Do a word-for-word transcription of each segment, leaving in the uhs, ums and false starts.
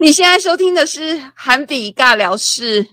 你现在收听的是韩比尬聊室。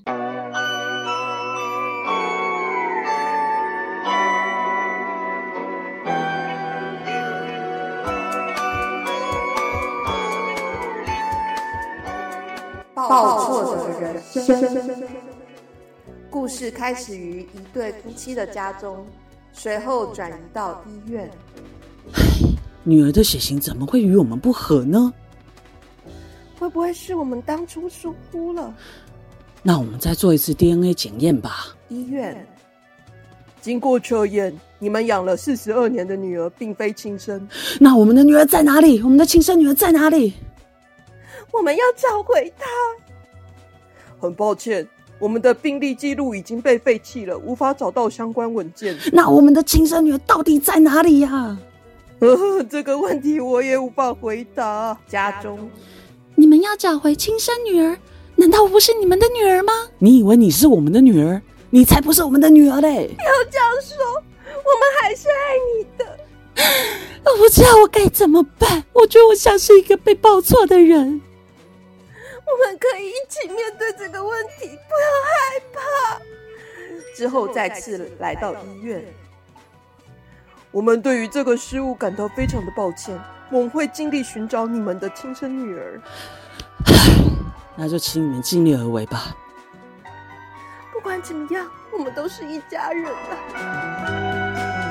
报错的人生。故事开始于一对夫妻的家中，随后转移到医院。 女儿的血型怎么会与我们不合呢？ 会不会是我们当初疏忽了？ 那我们再做一次 D N A 检验吧。 医院经过测验，你们养了四十二年的女儿并非亲生。 那我们的女儿在哪里？我们的亲生女儿在哪里？ 我们要找回她。很抱歉，我们的病历记录已经被废弃了，无法找到相关文件。 那我们的亲生女儿到底在哪里呀？ 呃，这个问题我也无法回答。家中， 你们要找回亲生女儿，难道我不是你们的女儿吗？你以为你是我们的女儿？你才不是我们的女儿嘞！ 不要这样说，我们还是爱你的。 我不知道我该怎么办，我觉得我像是一个被报错的人。 我们可以一起面对这个问题，不要害怕。之后再次来到医院，我们对于这个失误感到非常的抱歉，我们会尽力寻找你们的亲生女儿。 那就请你们尽力而为吧。 不管怎么样，我们都是一家人啊。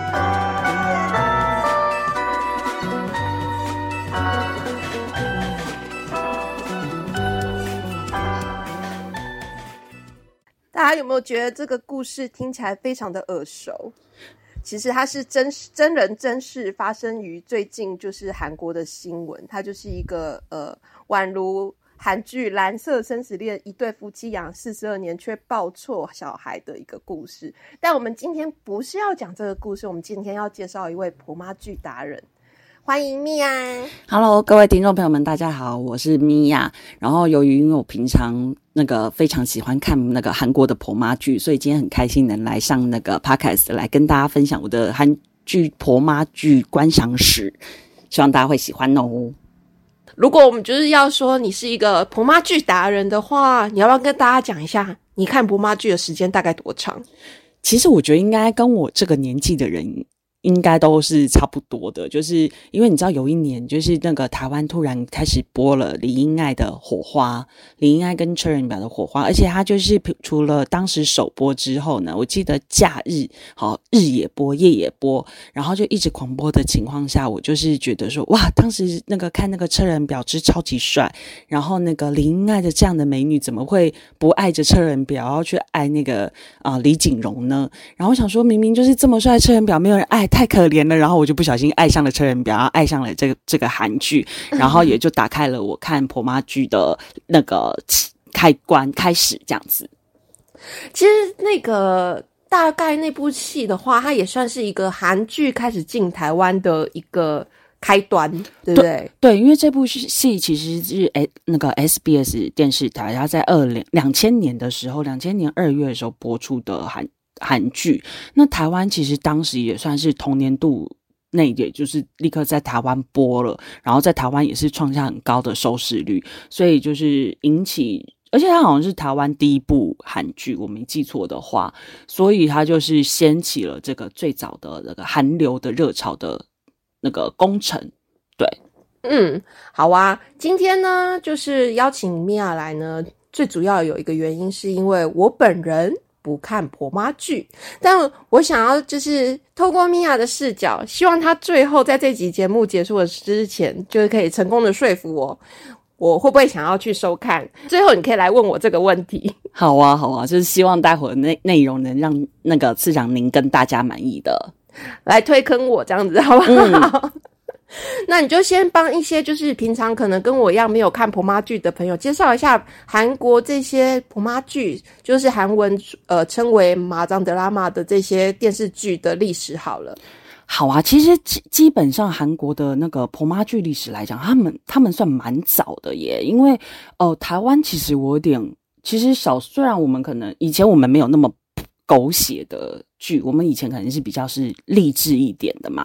大家有没有觉得这个故事听起来非常的耳熟？其实它是真真人真事，发生于最近就是韩国的新闻。它就是一个呃，宛如韩剧《蓝色生死恋》一对夫妻养四十二年却抱错小孩的一个故事。但我们今天不是要讲这个故事，我们今天要介绍一位婆妈剧达人。欢迎米娅。 Hello， 各位听众朋友们，大家好，我是米娅。然后由于因为我平常那个非常喜欢看那个韩国的婆妈剧，所以今天很开心能来上那个 podcast 来跟大家分享我的韩剧婆妈剧观赏史，希望大家会喜欢哦。 如果我们就是要说你是一个婆妈剧达人的话，你要不要跟大家讲一下你看婆妈剧的时间大概多长？ 其实我觉得应该跟我这个年纪的人应该都是差不多的，就是因为你知道有一年就是那个台湾突然开始播了李英爱的《火花》，李英爱跟车仁表的《火花》，而且它就是除了当时首播之后呢，我记得假日好日也播夜也播，然后就一直狂播的情况下，我就是觉得说哇，当时那个看那个车仁表是超级帅，然后那个李英爱的这样的美女怎么会不爱着车仁表，要去爱那个啊、呃、李锦荣呢？然后我想说明明就是这么帅的车仁表没有人爱，太可怜了，然后我就不小心爱上了车仁表，然后爱上了这个这个韩剧，然后也就打开了我看婆妈剧的那个开关开始这样子。 其实那个大概那部戏的话，它也算是一个韩剧开始进台湾的一个开端，对不对？ 对，对，因为这部戏其实是诶那个 S B S 电视台，它在二零两千年的时候，两千年二月的时候播出的韩。韩剧，那台湾其实当时也算是同年度内，也就是立刻在台湾播了，然后在台湾也是创下很高的收视率，所以就是引起，而且它好像是台湾第一部韩剧，我没记错的话，所以它就是掀起了这个最早的那个韩流的热潮的那个工程。对， 嗯，好啊，今天呢就是邀请米娅来呢，最主要有一个原因是因为我本人不看婆妈剧，但我想要就是透过米娅的视角，希望她最后在这集节目结束的之前，就是可以成功的说服我，我会不会想要去收看？最后你可以来问我这个问题。 好啊，好啊，就是希望待会儿内内容能让那个次长您跟大家满意的， 来推坑我这样子，好不好？嗯那你就先帮一些就是平常可能跟我一样没有看婆妈剧的朋友介绍一下韩国这些婆妈剧，就是韩文呃称为麻张德拉玛的这些电视剧的历史好了。 好啊，其实基本上韩国的那个婆妈剧历史来讲，他们他们算蛮早的耶，因为呃台湾其实我有点其实小，虽然我们可能以前我们没有那么狗血的剧，我们以前可能是比较是励志一点的嘛。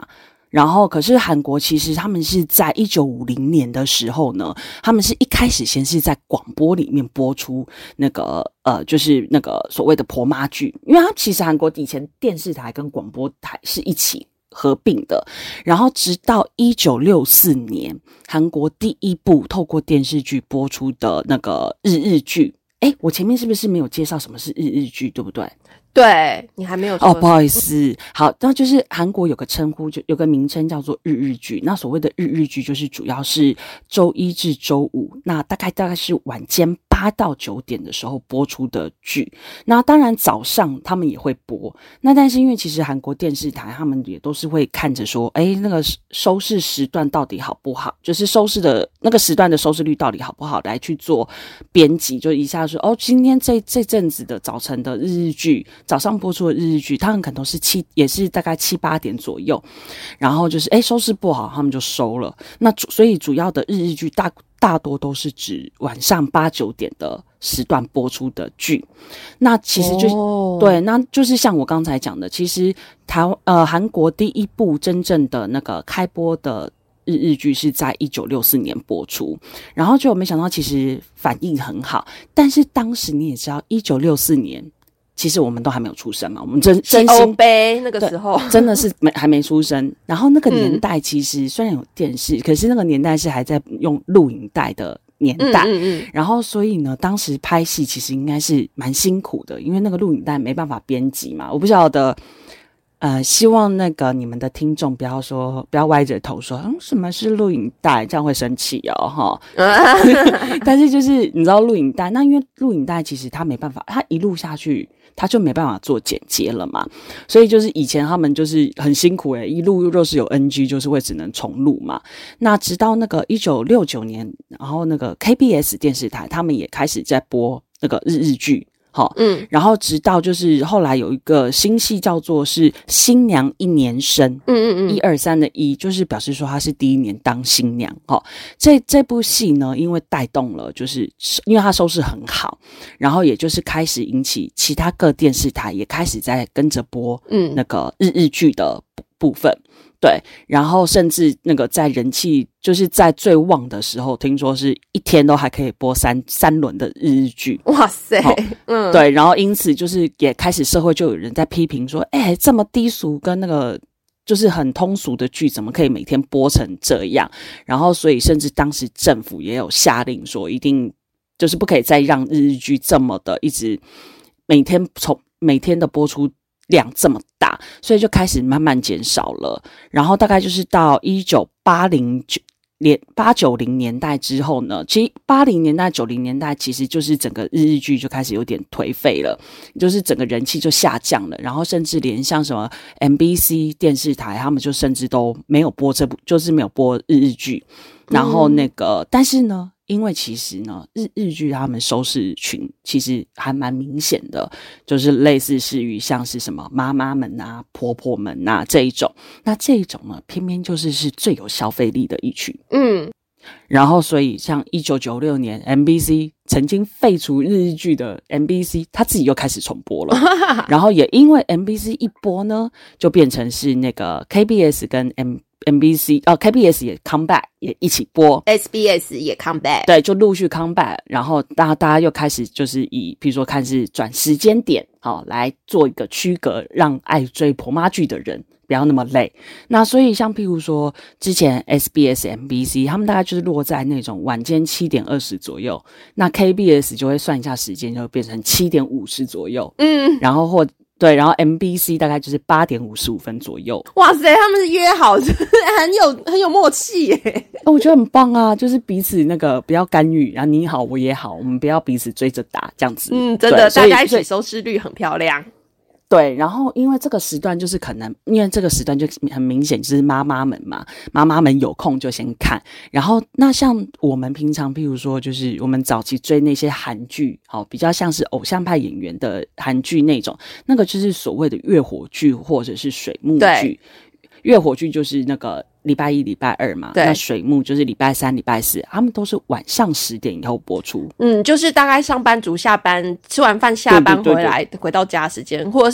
然后可是韩国其实他们是在一九五零年的时候呢，他们是一开始先是在广播里面播出那个呃就是那个所谓的婆妈剧，因为他其实韩国以前电视台跟广播台是一起合并的，然后直到一九六四年韩国第一部透过电视剧播出的那个日日剧。诶，我前面是不是没有介绍什么是日日剧，对不对？ 对，你还没有说哦，不好意思。好，那就是韩国有个称呼，就有个名称叫做日日剧。那所谓的日日剧就是主要是周一至周五，那大概大概是晚间八到九点的时候播出的剧。那当然早上他们也会播，那但是因为其实韩国电视台他们也都是会看着说，哎，那个收视时段到底好不好，就是收视的那个时段的收视率到底好不好，来去做编辑，就一下说，哦，今天这这阵子的早晨的日日剧。早上播出的日日剧，他们可能都是七，也是大概七八点左右，然后就是哎收视不好，他们就收了。那所以主要的日日剧大大多都是指晚上八九点的时段播出的剧。那其实就、哦、对，那就是像我刚才讲的，其实台呃韩国第一部真正的那个开播的日日剧是在一九六四年播出，然后就没想到其实反应很好，但是当时你也知道，一九六四年。其实我们都还没有出生嘛，我们真真心杯那个时候真的是没还没出生。然后那个年代其实虽然有电视，嗯、可是那个年代是还在用录影带的年代。嗯嗯嗯然后所以呢，当时拍戏其实应该是蛮辛苦的，因为那个录影带没办法编辑嘛。我不晓得，呃，希望那个你们的听众不要说不要歪着头说，嗯，什么是录影带，这样会生气哦，哈。但是就是你知道录影带，那因为录影带其实它没办法，它一录下去。他就没办法做剪接了嘛，所以就是以前他们就是很辛苦诶、欸，一录若是有 N G 就是会只能重录嘛。那直到那个一九六九年，然后那个 K B S 电视台他们也开始在播那个日日剧。好，嗯，然后直到就是后来有一个新戏叫做是新娘一年生，嗯嗯嗯，一二三的一就是表示说她是第一年当新娘，哈，这这部戏呢，因为带动了，就是因为它收视很好，然后也就是开始引起其他各电视台也开始在跟着播，嗯，那个日日剧的部分。对，然后甚至那个在人气就是在最旺的时候，听说是一天都还可以播三三轮的日日剧。 哇塞， 嗯，对，然后因此就是也开始社会就有人在批评说，哎，这么低俗跟那个就是很通俗的剧，怎么可以每天播成这样？然后所以甚至当时政府也有下令说，一定就是不可以再让日日剧这么的一直每天从每天的播出。量这么大，所以就开始慢慢减少了。然后大概就是到一九八零年八九零年代之后呢，其实八零年代九零年代其实就是整个日日剧就开始有点颓废了，就是整个人气就下降了。然后甚至连像什么 M B C 电视台，他们就甚至都没有播这部，就是没有播日日剧。然后那个，嗯、但是呢。因为其实呢，日日剧他们收视群其实还蛮明显的，就是类似是于像是什么妈妈们啊、婆婆们啊这一种，那这一种呢，偏偏就是是最有消费力的一群。嗯，然后所以像一九九六年 M B C 曾经废除日日剧的 M B C， 他自己又开始重播了，然后也因为 M B C 一播呢，就变成是那个 K B S 跟 M M B C 哦 ，K B S 也 come back 也一起播 ，S B S 也 come back， 对，就陆续 come back， 然后大家大家又开始就是以，比如说看是转时间点，好、哦、来做一个区隔，让爱追婆妈剧的人不要那么累。那所以像譬如说之前 S B S、M B C 他们大概就是落在那种晚间七点二十左右，那 K B S 就会算一下时间，就会变成七点五十左右，嗯，然后或。对，然后 M B C 大概就是八点五十五分左右。 哇塞，他们是约好，很有很有默契耶。 哦，我觉得很棒啊，就是彼此那个不要干预，然后你好我也好，我们不要彼此追着打这样子。 嗯，真的，大家一起收视率很漂亮。 对，然后因为这个时段就是可能，因为这个时段就很明显就是妈妈们嘛，妈妈们有空就先看。然后那像我们平常，譬如说就是我们早期追那些韩剧，好比较像是偶像派演员的韩剧那种，那个就是所谓的月火剧或者是水木剧。月火剧就是那个礼拜一、礼拜二嘛，那水木就是礼拜三、礼拜四，他们都是晚上十点以后播出。 嗯，就是大概上班族下班吃完饭下班回来，对对对对回到家时间，或者是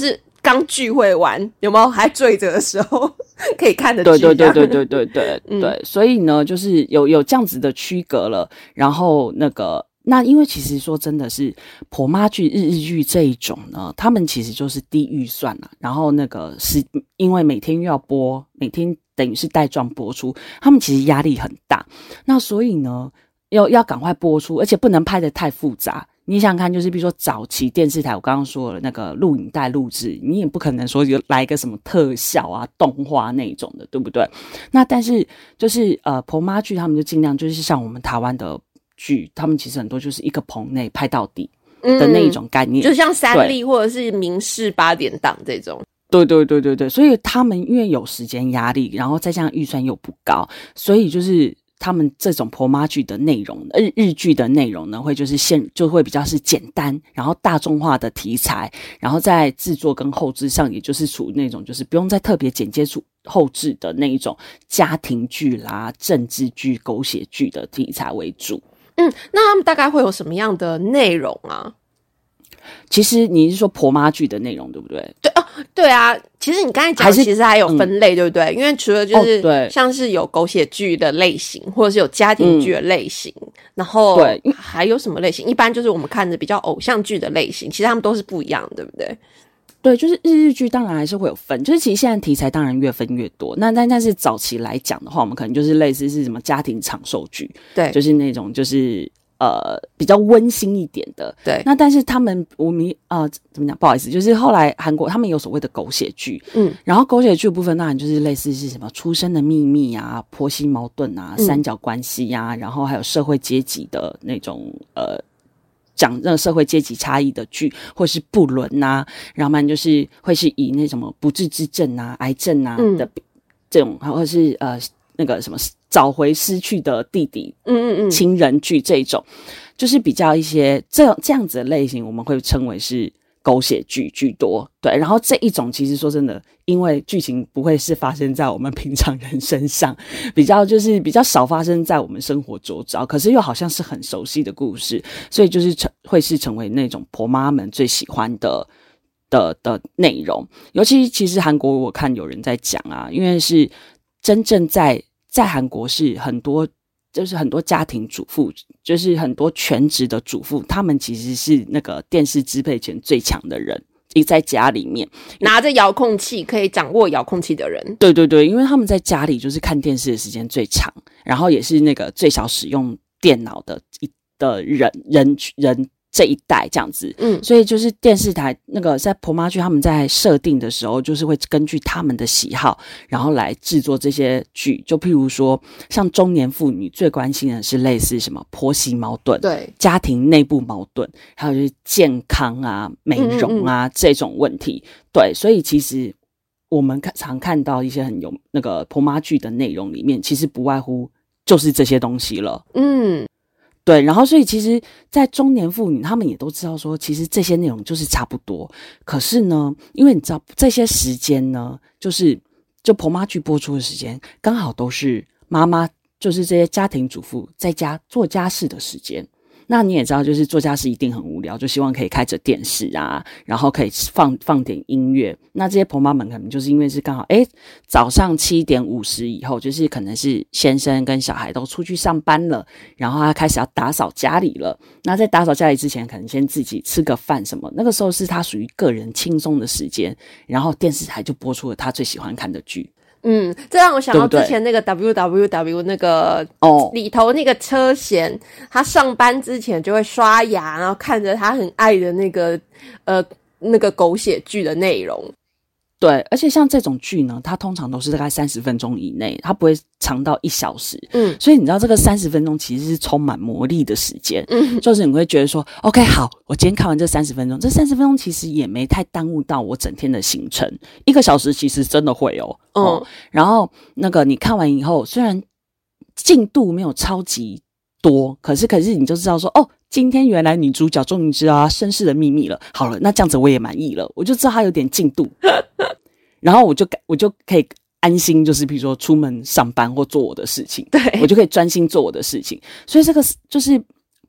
刚聚会完，有没有还醉着的时候可以看的剧？ 对对对对对对对、 嗯、 对，所以呢，就是有有这样子的区隔了。然后那个，那因为其实说真的是婆妈剧、日日剧这一种呢，他们其实就是低预算啊。然后那个是因为每天又要播，每天等于是带状播出，他们其实压力很大。那所以呢，要要赶快播出，而且不能拍得太复杂。你想想看，就是比如说早期电视台，我刚刚说了那个录影带录制，你也不可能说有来一个什么特效啊、动画那种的，对不对？那但是就是呃，婆妈剧他们就尽量就是像我们台湾的剧，他们其实很多就是一个棚内拍到底的那一种概念， 嗯、就像三立或者是民视八点档这种。 对对对对对，所以他们因为有时间压力，然后再加上预算又不高，所以就是他们这种婆妈剧的内容，日日剧的内容呢，会就是现就会比较是简单，然后大众化的题材，然后在制作跟后制上，也就是属于那种就是不用再特别剪接出后制的那一种家庭剧啦、政治剧、狗血剧的题材为主。 嗯，那他们大概会有什么样的内容啊？ 其实你是说婆妈剧的内容对不对？ 对哦，对啊，其实你刚才讲其实还有分类、嗯、对不对？因为除了就是、哦、对像是有狗血剧的类型，或者是有家庭剧的类型、嗯、然后对还有什么类型？一般就是我们看的比较偶像剧的类型，其实他们都是不一样的，对不对？ 对，就是日日剧当然还是会有分，就是其实现在题材当然越分越多。那但但是早期来讲的话，我们可能就是类似是什么家庭长寿剧，对，就是那种就是呃比较温馨一点的。对，那但是他们我们呃怎么讲？不好意思，就是后来韩国他们有所谓的狗血剧，嗯，然后狗血剧的部分当然就是类似是什么出生的秘密啊、婆媳矛盾啊、三角关系啊、嗯，然后还有社会阶级的那种呃。讲那社会阶级差异的剧，或是不伦啊，然后man就是会是以那什么不治之症啊、癌症啊的、嗯、这种，或者是呃那个什么找回失去的弟弟，嗯嗯嗯，亲人剧这一种，就是比较一些这这样子的类型，我们会称为是狗血剧居多。对，然后这一种其实说真的，因为剧情不会是发生在我们平常人身上，比较就是比较少发生在我们生活周遭，可是又好像是很熟悉的故事，所以就是成会是成为那种婆妈们最喜欢的的的内容。尤其其实韩国我看有人在讲啊，因为是真正在在韩国是很多就是很多家庭主妇，就是很多全职的主妇，他们其实是那个电视支配权最强的人，在家里面拿着遥控器可以掌握遥控器的人。 对对对，因为他们在家里就是看电视的时间最长，然后也是那个最少使用电脑的的人人人这一代这样子。嗯，所以就是电视台那个在婆妈剧他们在设定的时候，就是会根据他们的喜好，然后来制作这些剧。就譬如说像中年妇女最关心的是类似什么婆媳矛盾，对，家庭内部矛盾，还有就是健康啊、美容啊嗯嗯嗯这种问题。对，所以其实我们常看到一些很有那个婆妈剧的内容里面，其实不外乎就是这些东西了。嗯。对，然后所以其实在中年妇女她们也都知道说其实这些内容就是差不多，可是呢因为你知道这些时间呢就是就婆妈剧播出的时间刚好都是妈妈就是这些家庭主妇在家做家事的时间。那你也知道就是做家事一定很无聊，就希望可以开着电视啊，然后可以放放点音乐。那这些婆妈们可能就是因为是刚好诶早上七点五十以后，就是可能是先生跟小孩都出去上班了，然后他开始要打扫家里了。那在打扫家里之前可能先自己吃个饭什么，那个时候是他属于个人轻松的时间，然后电视台就播出了他最喜欢看的剧。 嗯，这让我想到之前那个 W W W 那个哦里头那个车贤，他上班之前就会刷牙，然后看着他很爱的那个呃那个狗血剧的内容。 对，而且像这种剧呢，它通常都是大概三十分钟以内，它不会长到一小时。嗯，所以你知道这个三十分钟其实是充满魔力的时间。嗯，就是你会觉得说 ，OK， 好，我今天看完这三十分钟，这三十分钟其实也没太耽误到我整天的行程。一个小时其实真的会哦。嗯，哦、然后那个你看完以后，虽然进度没有超级多，可是可是你就知道说，哦。今天原来女主角终于知道她身世的秘密了。好了，那这样子我也满意了，我就知道她有点进度，然后我就我就可以安心，就是比如说出门上班或做我的事情，对，我就可以专心做我的事情。所以这个就是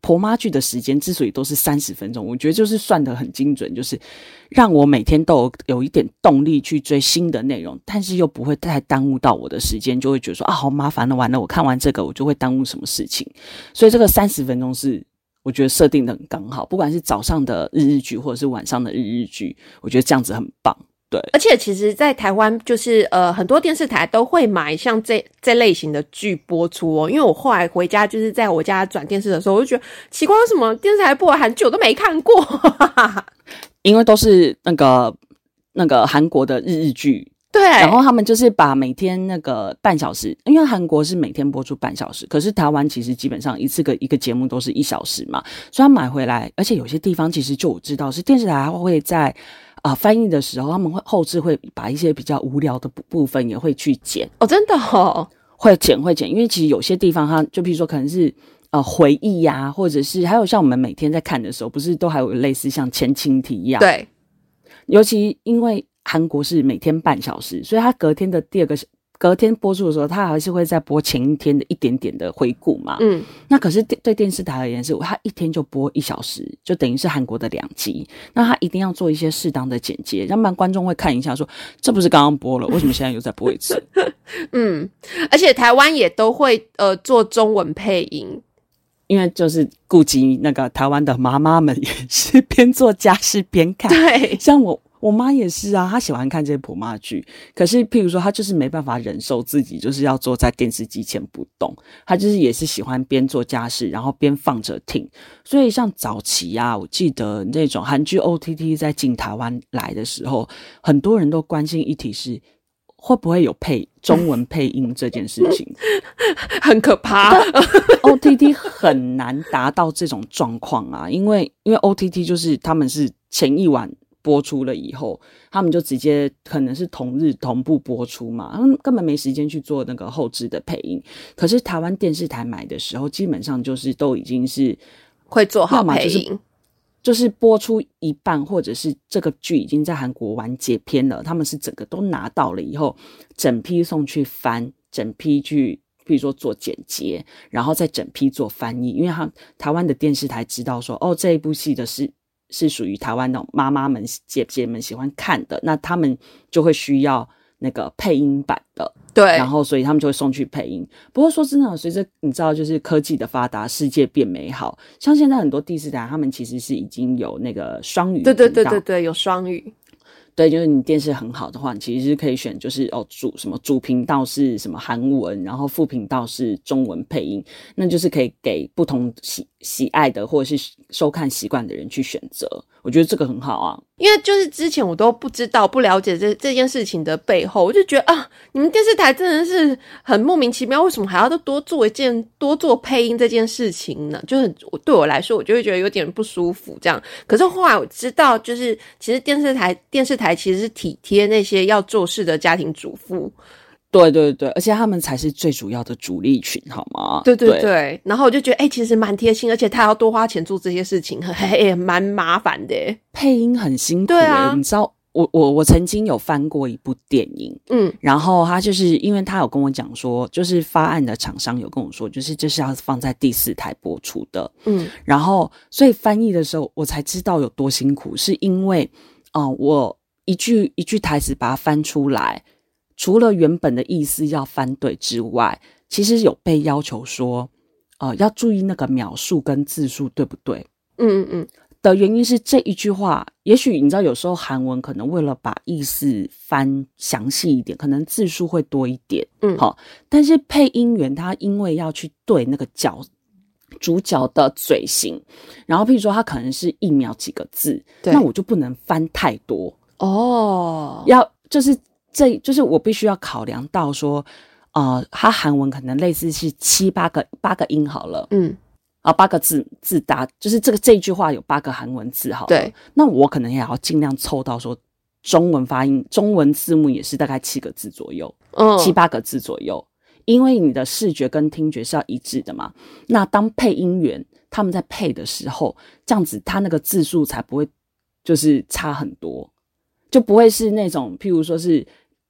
婆妈剧的时间之所以都是三十分钟，我觉得就是算得很精准，就是让我每天都有有一点动力去追新的内容，但是又不会太耽误到我的时间，就会觉得说啊好麻烦了，完了我看完这个我就会耽误什么事情，所以这个三十分钟是我觉得设定的很刚好，不管是早上的日日剧或者是晚上的日日剧，我觉得这样子很棒。对， 而且其实在台湾就是呃很多电视台都会买像这这类型的剧播出哦，因为我后来回家就是在我家转电视的时候，我就觉得奇怪，为什么电视台播的韩剧我都没看过因为都是那个那个韩国的日日剧， 对， 然后他们就是把每天那个半小时，因为韩国是每天播出半小时，可是台湾其实基本上一次个一个节目都是一小时嘛，所以他买回来，而且有些地方其实就我知道是电视台会在啊、呃、翻译的时候，他们会后置会把一些比较无聊的部分也会去剪哦，真的哦， 会剪会剪，因为其实有些地方它就比如说可能是呃回忆呀、啊，或者是还有像我们每天在看的时候，不是都还有类似像前情提一样， 对， 尤其因为韩国是每天半小时，所以他隔天的第二个隔天播出的时候，他还是会再播前一天的一点点的回顾嘛。嗯，那可是对电视台而言是，他一天就播一小时，就等于是韩国的两集。那他一定要做一些适当的剪接，要不然观众会看一下说，这不是刚刚播了，为什么现在又再播一次？ 嗯，而且台湾也都会呃做中文配音。 因为就是顾及那个台湾的妈妈们也是边做家事边看， 对， 像我我妈也是啊，她喜欢看这些婆妈剧，可是譬如说她就是没办法忍受自己就是要坐在电视机前不动，她就是也是喜欢边做家事然后边放着听，所以像早期啊，我记得那种韩剧 O T T 在进台湾来的时候，很多人都关心一题是会不会有配中文配音这件事情很可怕 O T T 很难达到这种状况啊，因为因为 O T T 就是他们是前一晚播出了以后，他们就直接可能是同日同步播出嘛，他们根本没时间去做那个后置的配音。可是台湾电视台买的时候，基本上就是都已经是会做好配音， 就是就是播出一半，或者是这个剧已经在韩国完结篇了，他们是整个都拿到了以后，整批送去翻，整批去比如说做剪接，然后再整批做翻译，因为他台湾的电视台知道说，哦，这一部戏的是是属于台湾的妈妈们姐姐们喜欢看的，那他们就会需要那个配音版的， 对， 然后所以他们就会送去配音。不过说真的，随着你知道就是科技的发达，世界变美好，像现在很多电视台他们其实是已经有那个双语频道， 对对对对对，有双语。 对，就是你电视很好的话，你其实是可以选，就是哦主什么主频道是什么韩文，然后副频道是中文配音，那就是可以给不同喜喜爱的或者是收看习惯的人去选择。我觉得这个很好啊， 因为就是之前我都不知道不了解这这件事情的背后，我就觉得啊，你们电视台真的是很莫名其妙，为什么还要多做一件多做配音这件事情呢？就很对我来说，我就会觉得有点不舒服这样。可是后来我知道，就是其实电视台电视台其实是体贴那些要做事的家庭主妇。 对对对，而且他们才是最主要的主力群，好吗？ 对对 对, 对，然后我就觉得，哎、欸，其实蛮贴心，而且他要多花钱做这些事情，也蛮麻烦的。 配音很辛苦， 对啊， 你知道，我我我曾经有翻过一部电影，嗯，然后他就是因为他有跟我讲说，就是发案的厂商有跟我说，就是这是要放在第四台播出的，嗯，然后所以翻译的时候，我才知道有多辛苦，是因为，啊、呃，我一句一句台词把它翻出来。除了原本的意思要翻对之外，其实有被要求说，呃，要注意那个描述跟字数对不对？嗯嗯嗯。的原因是这一句话，也许你知道，有时候韩文可能为了把意思翻详细一点，可能字数会多一点，嗯，好。但是配音员他因为要去对那个角主角的嘴型，然后譬如说他可能是一秒几个字，那我就不能翻太多哦，要就是。这就是我必须要考量到说，呃，他韩文可能类似是七八个八个音好了，嗯，啊八个字字搭，就是这个这一句话有八个韩文字好了，对，那我可能也要尽量凑到说中文发音，中文字幕也是大概七个字左右，嗯，七八个字左右，因为你的视觉跟听觉是要一致的嘛。那当配音员他们在配的时候，这样子他那个字数才不会就是差很多，就不会是那种譬如说是。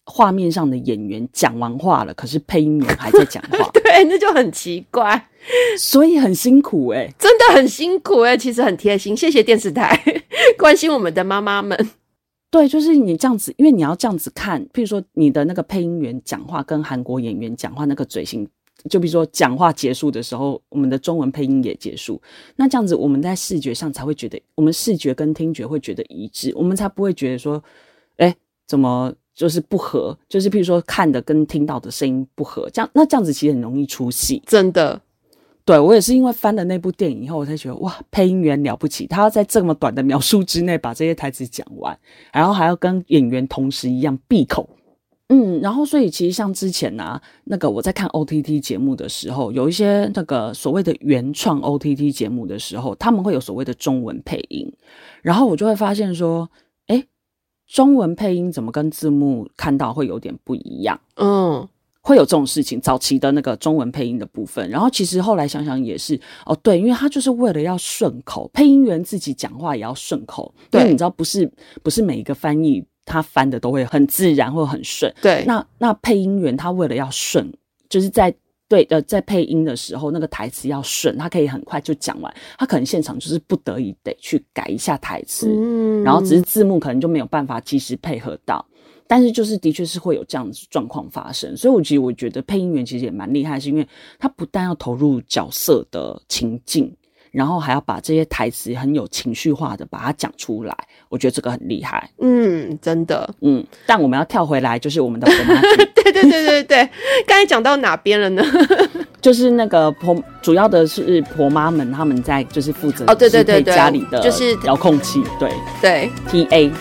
画面上的演员讲完话了，可是配音员还在讲话。 对，那就很奇怪， 所以很辛苦哎、欸， 真的很辛苦哎、欸，其实很贴心，谢谢电视台关心我们的妈妈们。 对，就是你这样子，因为你要这样子看，譬如说你的那个配音员讲话跟韩国演员讲话那个嘴型，就比如说讲话结束的时候，我们的中文配音也结束，那这样子我们在视觉上才会觉得，我们视觉跟听觉会觉得一致，我们才不会觉得说，哎，怎么就是不合，就是譬如说看的跟听到的声音不合，这样那这样子其实很容易出戏， 真的。 对，我也是因为翻了那部电影以后，我才觉得哇，配音员了不起，他要在这么短的描述之内把这些台词讲完，然后还要跟演员同时一样闭口。嗯，然后所以其实像之前啊，那个我在看 O T T 节目的时候，有一些那个所谓的原创 O T T 节目的时候，他们会有所谓的中文配音，然后我就会发现说，诶，中文配音怎么跟字幕看到会有点不一样？ 嗯。 会有这种事情，早期的那个中文配音的部分，然后其实后来想想也是哦，对，因为他就是为了要顺口，配音员自己讲话也要顺口，因为你知道不是不是每一个翻译他翻的都会很自然或很顺， 对， 那那配音员他为了要顺，就是在对呃在配音的时候那个台词要顺，他可以很快就讲完，他可能现场就是不得已得去改一下台词，嗯，然后只是字幕可能就没有办法及时配合到。但是就是的确是会有这样子状况发生，所以我其实我觉得配音员其实也蛮厉害，是因为他不但要投入角色的情境，然后还要把这些台词很有情绪化的把它讲出来，我觉得这个很厉害。 嗯，真的。 嗯，但我们要跳回来，就是我们的婆妈剧。 对对对对对，刚才讲到哪边了呢？ 就是那个婆，主要的是婆妈们他们在就是负责哦，对对对对， 家里的就是遥控器，对对 T A。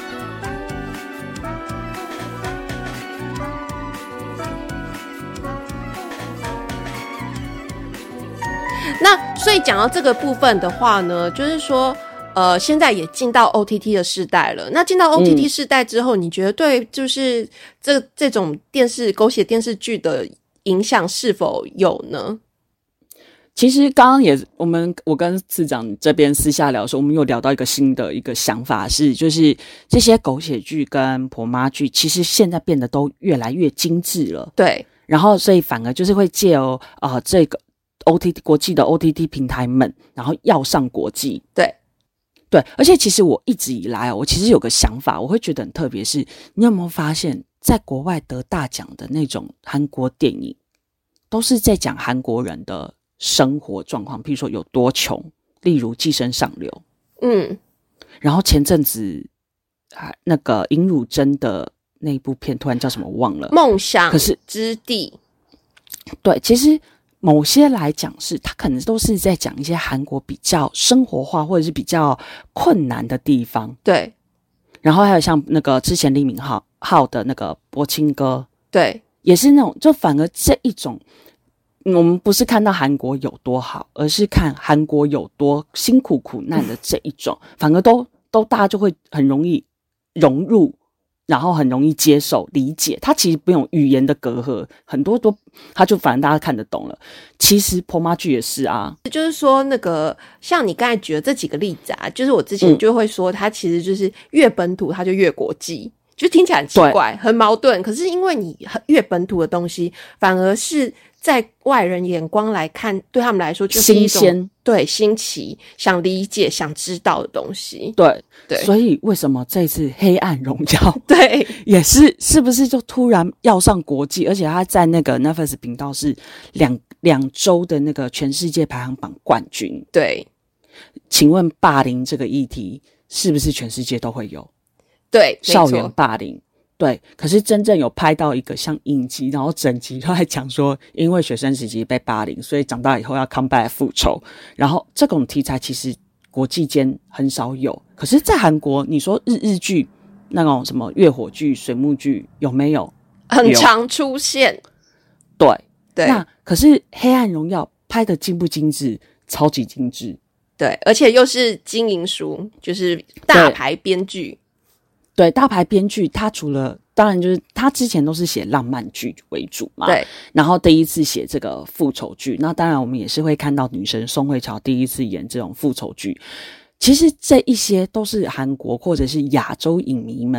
那所以讲到这个部分的话呢，就是说，呃，现在也进到 O T T 的世代了。那进到 O T T 世代之后，嗯、你觉得对就是这这种电视狗血电视剧的影响是否有呢？ 其实刚刚也我们我跟次长这边私下聊的时候，我们有聊到一个新的一个想法是，就是这些狗血剧跟婆妈剧，其实现在变得都越来越精致了。 对， 然后所以反而就是会借由呃这个。O T T 国际的 O T T 平台们，然后要上国际， 对对，而且其实我一直以来，我其实有个想法，我会觉得很特别，是你有没有发现，在国外得大奖的那种韩国电影，都是在讲韩国人的生活状况，譬如说有多穷，例如《寄生上流》， 嗯， 然后前阵子啊那个尹汝贞的那一部片，突然叫什么忘了， 梦想可是之地， 对，其实。某些来讲是，他可能都是在讲一些韩国比较生活化或者是比较困难的地方。 对， 然后还有像那个之前李敏镐浩的那个柏青哥， 对， 也是那种，就反而这一种，我们不是看到韩国有多好，而是看韩国有多辛苦苦难的这一种，反而都都大家就会很容易融入。然后很容易接受理解，他其实不用语言的隔阂，很多都他就反正大家看得懂了。其实婆妈剧也是啊， 就是说那个像你刚才举的这几个例子啊，就是我之前就会说，它其实就是越本土它就越国际，就听起来很奇怪，很矛盾。可是因为你越本土的东西，反而是在外人眼光来看，对他们来说就是一种新鲜，对新奇、想理解、想知道的东西。 对对， 所以为什么这次《黑暗荣耀》 对也是是不是就突然要上国际，而且他在那个 Netflix 频道是两两周的那个全世界排行榜冠军？ 对， 请问霸凌这个议题是不是全世界都会有？ 对， 校园霸凌。对，可是真正有拍到一个像影集，然后整集都在讲说，因为学生时期被霸凌，所以长大以后要 come back 复仇。然后这种题材其实国际间很少有，可是在韩国，你说日日剧那种什么月火剧、水木剧有没有？ 很常出现。 对对， 那可是《黑暗荣耀》拍的精不精致？超级精致。 对，而且又是金银书，就是大牌编剧。 对，大牌编剧，他除了当然就是他之前都是写浪漫剧为主嘛， 对。 然后第一次写这个复仇剧，那当然我们也是会看到女神宋慧乔第一次演这种复仇剧。其实这一些都是韩国或者是亚洲影迷们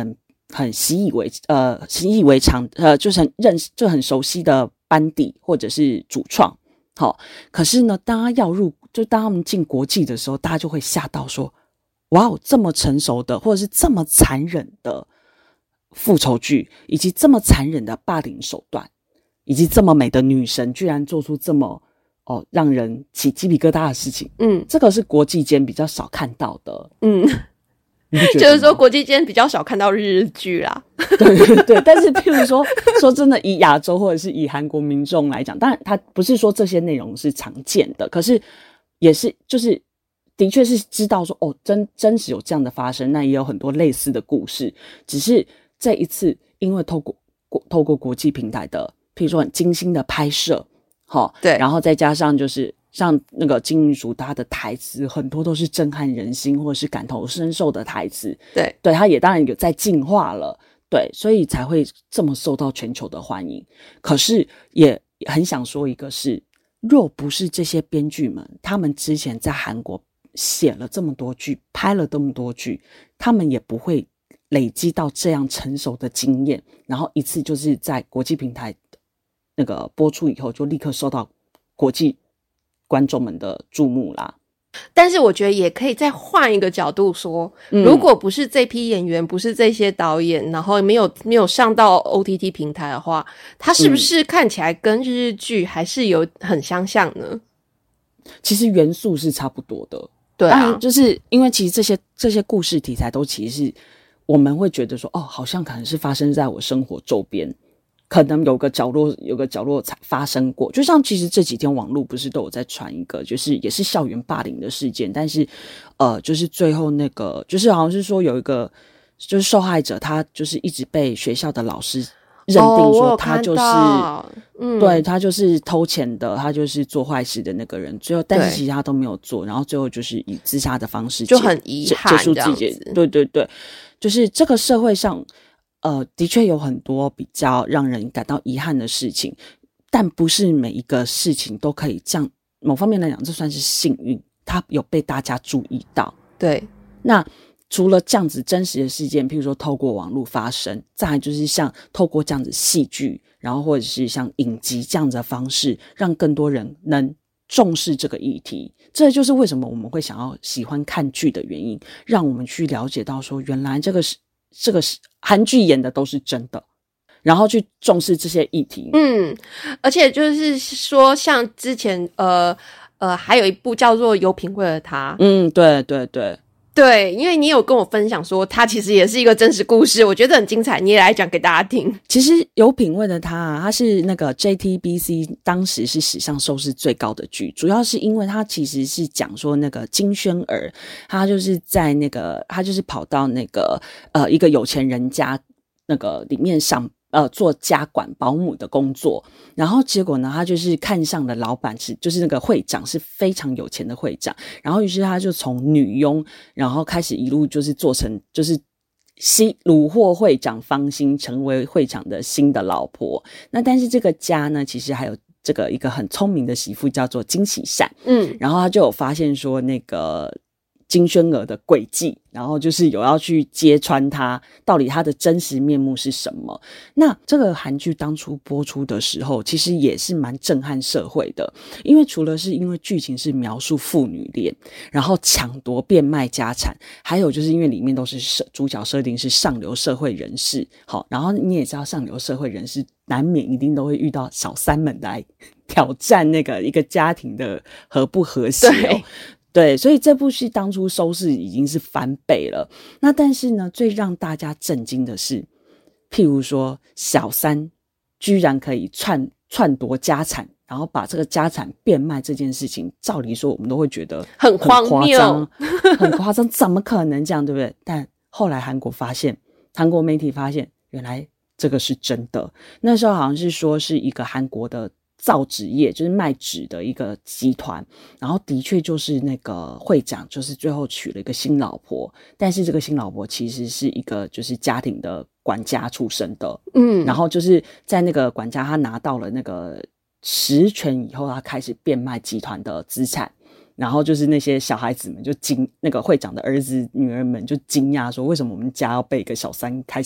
很习以为呃习以为常呃就是很认识就很熟悉的班底或者是主创，好，可是呢，当他要入就当他们进国际的时候，大家就会吓到说，哇哦，这么成熟的或者是这么残忍的复仇剧，以及这么残忍的霸凌手段，以及这么美的女神居然做出这么哦让人起鸡皮疙瘩的事情， 嗯， 这个是国际间比较少看到的， 嗯。就是说国际间比较少看到日剧啦。 对对对，但是譬如说说真的，以亚洲或者是以韩国民众来讲，当然他不是说这些内容是常见的，可是也是就是的确是知道说哦真真实有这样的发生，那也有很多类似的故事，只是这一次因为透过透过国际平台的譬如说很精心的拍摄，齁，对，然后再加上就是像那个金鱼鼠他的台词很多都是震撼人心或者是感同身受的台词，对对，他也当然有在进化了，对，所以才会这么受到全球的欢迎。可是也很想说一个是，若不是这些编剧们他们之前在韩国写了这么多剧拍了这么多剧，他们也不会累积到这样成熟的经验，然后一次就是在国际平台那个播出以后就立刻受到国际观众们的注目啦。 但是我觉得也可以再换一个角度说，嗯，如果不是这批演员，不是这些导演，然后没有没有上到 O T T 平台的话，他是不是看起来跟日剧还是有很相像呢？ 其实元素是差不多的， 对啊， 就是因为其实这些这些故事题材都其实是我们会觉得说，哦，好像可能是发生在我生活周边，可能有个角落有个角落才发生过，就像其实这几天网络不是都有在传一个就是也是校园霸凌的事件，但是呃就是最后那个就是好像是说有一个就是受害者他就是一直被学校的老师认定说他就是、 哦嗯、 对他就是偷钱的，他就是做坏事的那个人，最后但是其实他都没有做，然后最后就是以自杀的方式就很遗憾结束自己，对对对，就是这个社会上呃，的确有很多比较让人感到遗憾的事情，但不是每一个事情都可以这样，某方面来讲这算是幸运，它有被大家注意到。 对， 那除了这样子真实的事件，譬如说透过网络发生，再来就是像透过这样子戏剧，然后或者是像影集这样子的方式，让更多人能重视这个议题，这就是为什么我们会想要喜欢看剧的原因，让我们去了解到说原来这个是这个韩剧演的都是真的，然后去重视这些议题。 嗯，而且就是说像之前呃呃还有一部叫做有品味的他， 嗯，对对对对，因为你有跟我分享说它其实也是一个真实故事，我觉得很精彩，你也来讲给大家听。 其实有品味的他啊，他是那个 J T B C 当时是史上收视最高的剧，主要是因为他其实是讲说那个金宣儿，他就是在那个他就是跑到那个呃一个有钱人家那个里面上呃做家管保姆的工作，然后结果呢他就是看上的老板是就是那个会长是非常有钱的会长，然后于是他就从女佣然后开始一路就是做成就是新虏获会长芳心，成为会长的新的老婆。那但是这个家呢其实还有这个一个很聪明的媳妇叫做金喜善，嗯，然后他就有发现说那个金宣儿的诡计，然后就是有要去揭穿他到底他的真实面目是什么。那这个韩剧当初播出的时候其实也是蛮震撼社会的，因为除了是因为剧情是描述父女恋，然后抢夺变卖家产，还有就是因为里面都是主角设定是上流社会人士，好，然后你也知道上流社会人士难免一定都会遇到小三们来挑战那个一个家庭的和不和谐哦。对，所以这部戏当初收视已经是翻倍了。那但是呢，最让大家震惊的是，譬如说小三居然可以篡篡夺家产，然后把这个家产变卖这件事情，照理说我们都会觉得很荒谬， 很夸张，怎么可能这样，对不对？但后来韩国发现，韩国媒体发现，原来这个是真的。那时候好像是说是一个韩国的造纸业，就是卖纸的一个集团，然后的确就是那个会长就是最后娶了一个新老婆，但是这个新老婆其实是一个就是家庭的管家出身的，嗯，然后就是在那个管家他拿到了那个实权以后，他开始变卖集团的资产，然后就是那些小孩子们就惊，那个会长的儿子女儿们就惊讶说，为什么我们家要被一个小三开始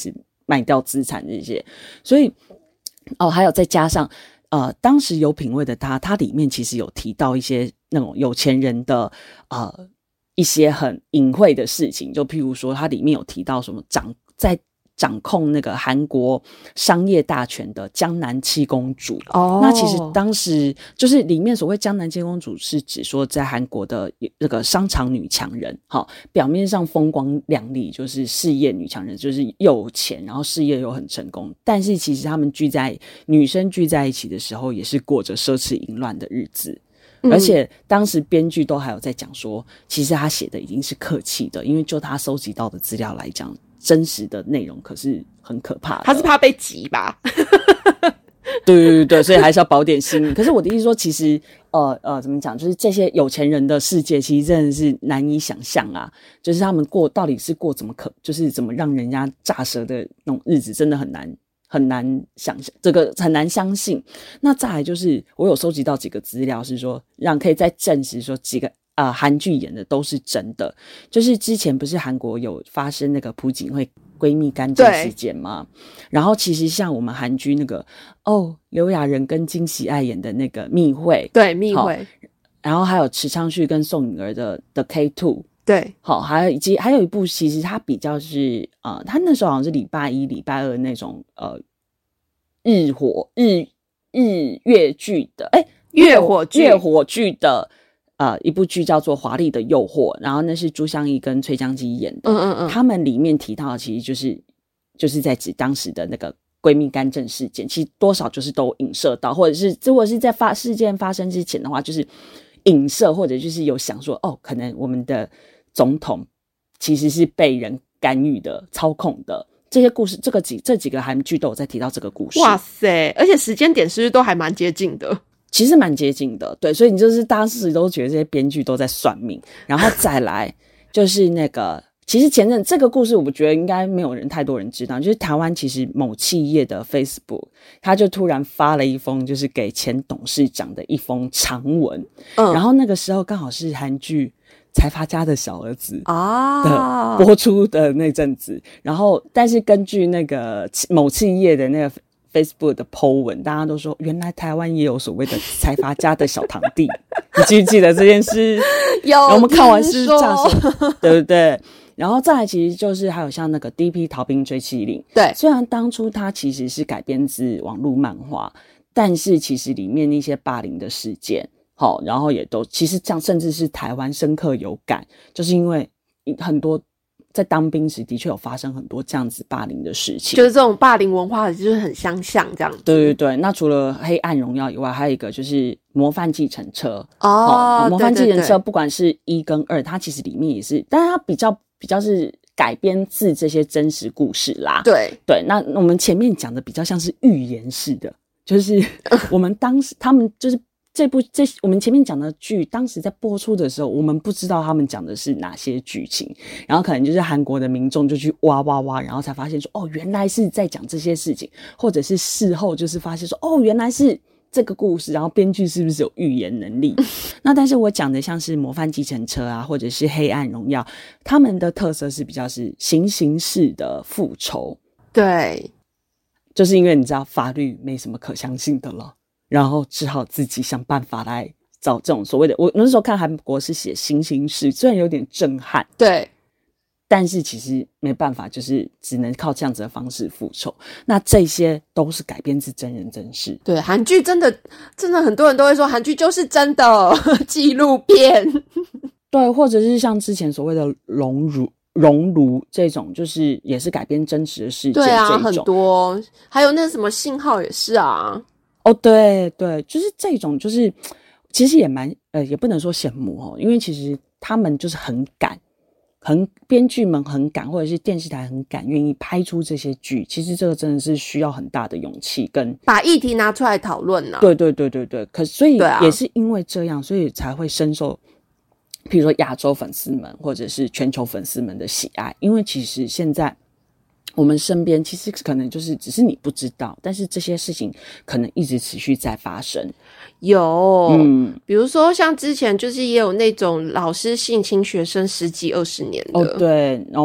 卖掉资产这些，所以哦，还有再加上呃，当时有品味的他，他里面其实有提到一些那种有钱人的呃一些很隐晦的事情，就譬如说，他里面有提到什么掌在掌控那个韩国商业大权的江南七公主。哦，那其实当时就是里面所谓江南七公主，是指说在韩国的那个商场女强人，好，表面上风光亮丽，就是事业女强人，就是又有钱，然后事业又很成功，但是其实他们聚在女生聚在一起的时候，也是过着奢侈淫乱的日子。而且当时编剧都还有在讲说，其实他写的已经是客气的，因为就他收集到的资料来讲，真实的内容可是很可怕的。 他是怕被挤吧？ 对对对，所以还是要保点心意。可是我的意思说，其实呃呃，怎么讲，就是这些有钱人的世界，其实真的是难以想象啊。就是他们过到底是过怎么可，就是怎么让人家炸舌的那种日子，真的很难。很难想象，这个很难相信。那再来就是我有收集到几个资料，是说让可以再证实说几个呃韩剧演的都是真的。就是之前不是韩国有发生那个朴槿惠闺蜜干政事件吗？然后其实像我们韩剧那个哦刘亚仁跟金喜爱演的那个密会， 对密会， 然后还有池昌旭跟宋允儿的的 K 二。 对， 好，还有以及还有一部，其实它比较是呃，它那时候好像是礼拜一、礼拜二那种呃日火日日月剧的，哎， 月火剧月火剧的呃一部剧叫做《华丽的诱惑》，然后那是朱湘怡跟崔江基演的，嗯嗯嗯，他们里面提到的其实就是就是在指当时的那个闺蜜干政事件，其实多少就是都影射到，或者是如果是在发事件发生之前的话，就是影射或者就是有想说哦，可能我们的总统其实是被人干预的、操控的，这些故事，这个几这几个韩剧都有在提到这个故事。 哇塞！而且时间点是不是都还蛮接近的？ 其实蛮接近的，对，所以你就是当时都觉得这些编剧都在算命，然后再来就是那个。其实前阵这个故事，我觉得应该没有人太多人知道，就是台湾其实某企业的 Facebook， 他就突然发了一封就是给前董事长的一封长文，嗯，然后那个时候刚好是韩剧财阀家的小儿子的播出的那阵子，然后但是根据那个某企业的那个 Facebook 的 po 文，大家都说原来台湾也有所谓的财阀家的小堂弟，你记不记得这件事？ 有， 我们看完是炸手，对不对？然后再来其实就是还有像那个 D P 逃兵追妻令， 对， 虽然当初它其实是改编自网络漫画，但是其实里面那些霸凌的事件，好，然后也都其实这样，甚至是台湾深刻有感，就是因为很多在当兵时的确有发生很多这样子霸凌的事情， 就是这种霸凌文化就是很相像这样子。 对对对，那除了黑暗荣耀以外，还有一个就是模范计程车哦， 模范计程车不管是一跟二，它其实里面也是，但是它比较比较是改编自这些真实故事啦。 对对，那我们前面讲的比较像是寓言式的，就是我们当时他们就是这部这我们前面讲的剧，当时在播出的时候，我们不知道他们讲的是哪些剧情，然后可能就是韩国的民众就去挖挖挖，然后才发现说哦，原来是在讲这些事情，或者是事后就是发现说哦，原来是这个故事，然后编剧是不是有预言能力？那但是我讲的像是模范计程车啊，或者是黑暗荣耀，他们的特色是比较是行刑式的复仇。 对， 就是因为你知道法律没什么可相信的了，然后只好自己想办法来找这种所谓的，我那时候看韩国是写行刑式，虽然有点震撼， 对， 但是其实没办法，就是只能靠这样子的方式复仇。那这些都是改编自真人真事。 对，韩剧真的真的很多人都会说韩剧就是真的纪录片。 对，或者是像之前所谓的熔炉熔炉这种，就是也是改编真实的事件。 对啊，很多，还有那什么信号也是啊。 哦，对对，就是这种，就是其实也蛮呃，也不能说羡慕哦，因为其实他们就是很敢。很编剧们很敢，或者是电视台很敢，愿意拍出这些剧。其实这个真的是需要很大的勇气，跟把议题拿出来讨论啊。 对对对对对，可所以也是因为这样，所以才会深受，譬如说亚洲粉丝们或者是全球粉丝们的喜爱。因为其实现在我们身边其实可能就是只是你不知道，但是这些事情可能一直持续在发生。 有， 嗯， 比如说像之前就是也有那种老师性侵学生十几二十年的， 哦，对，然后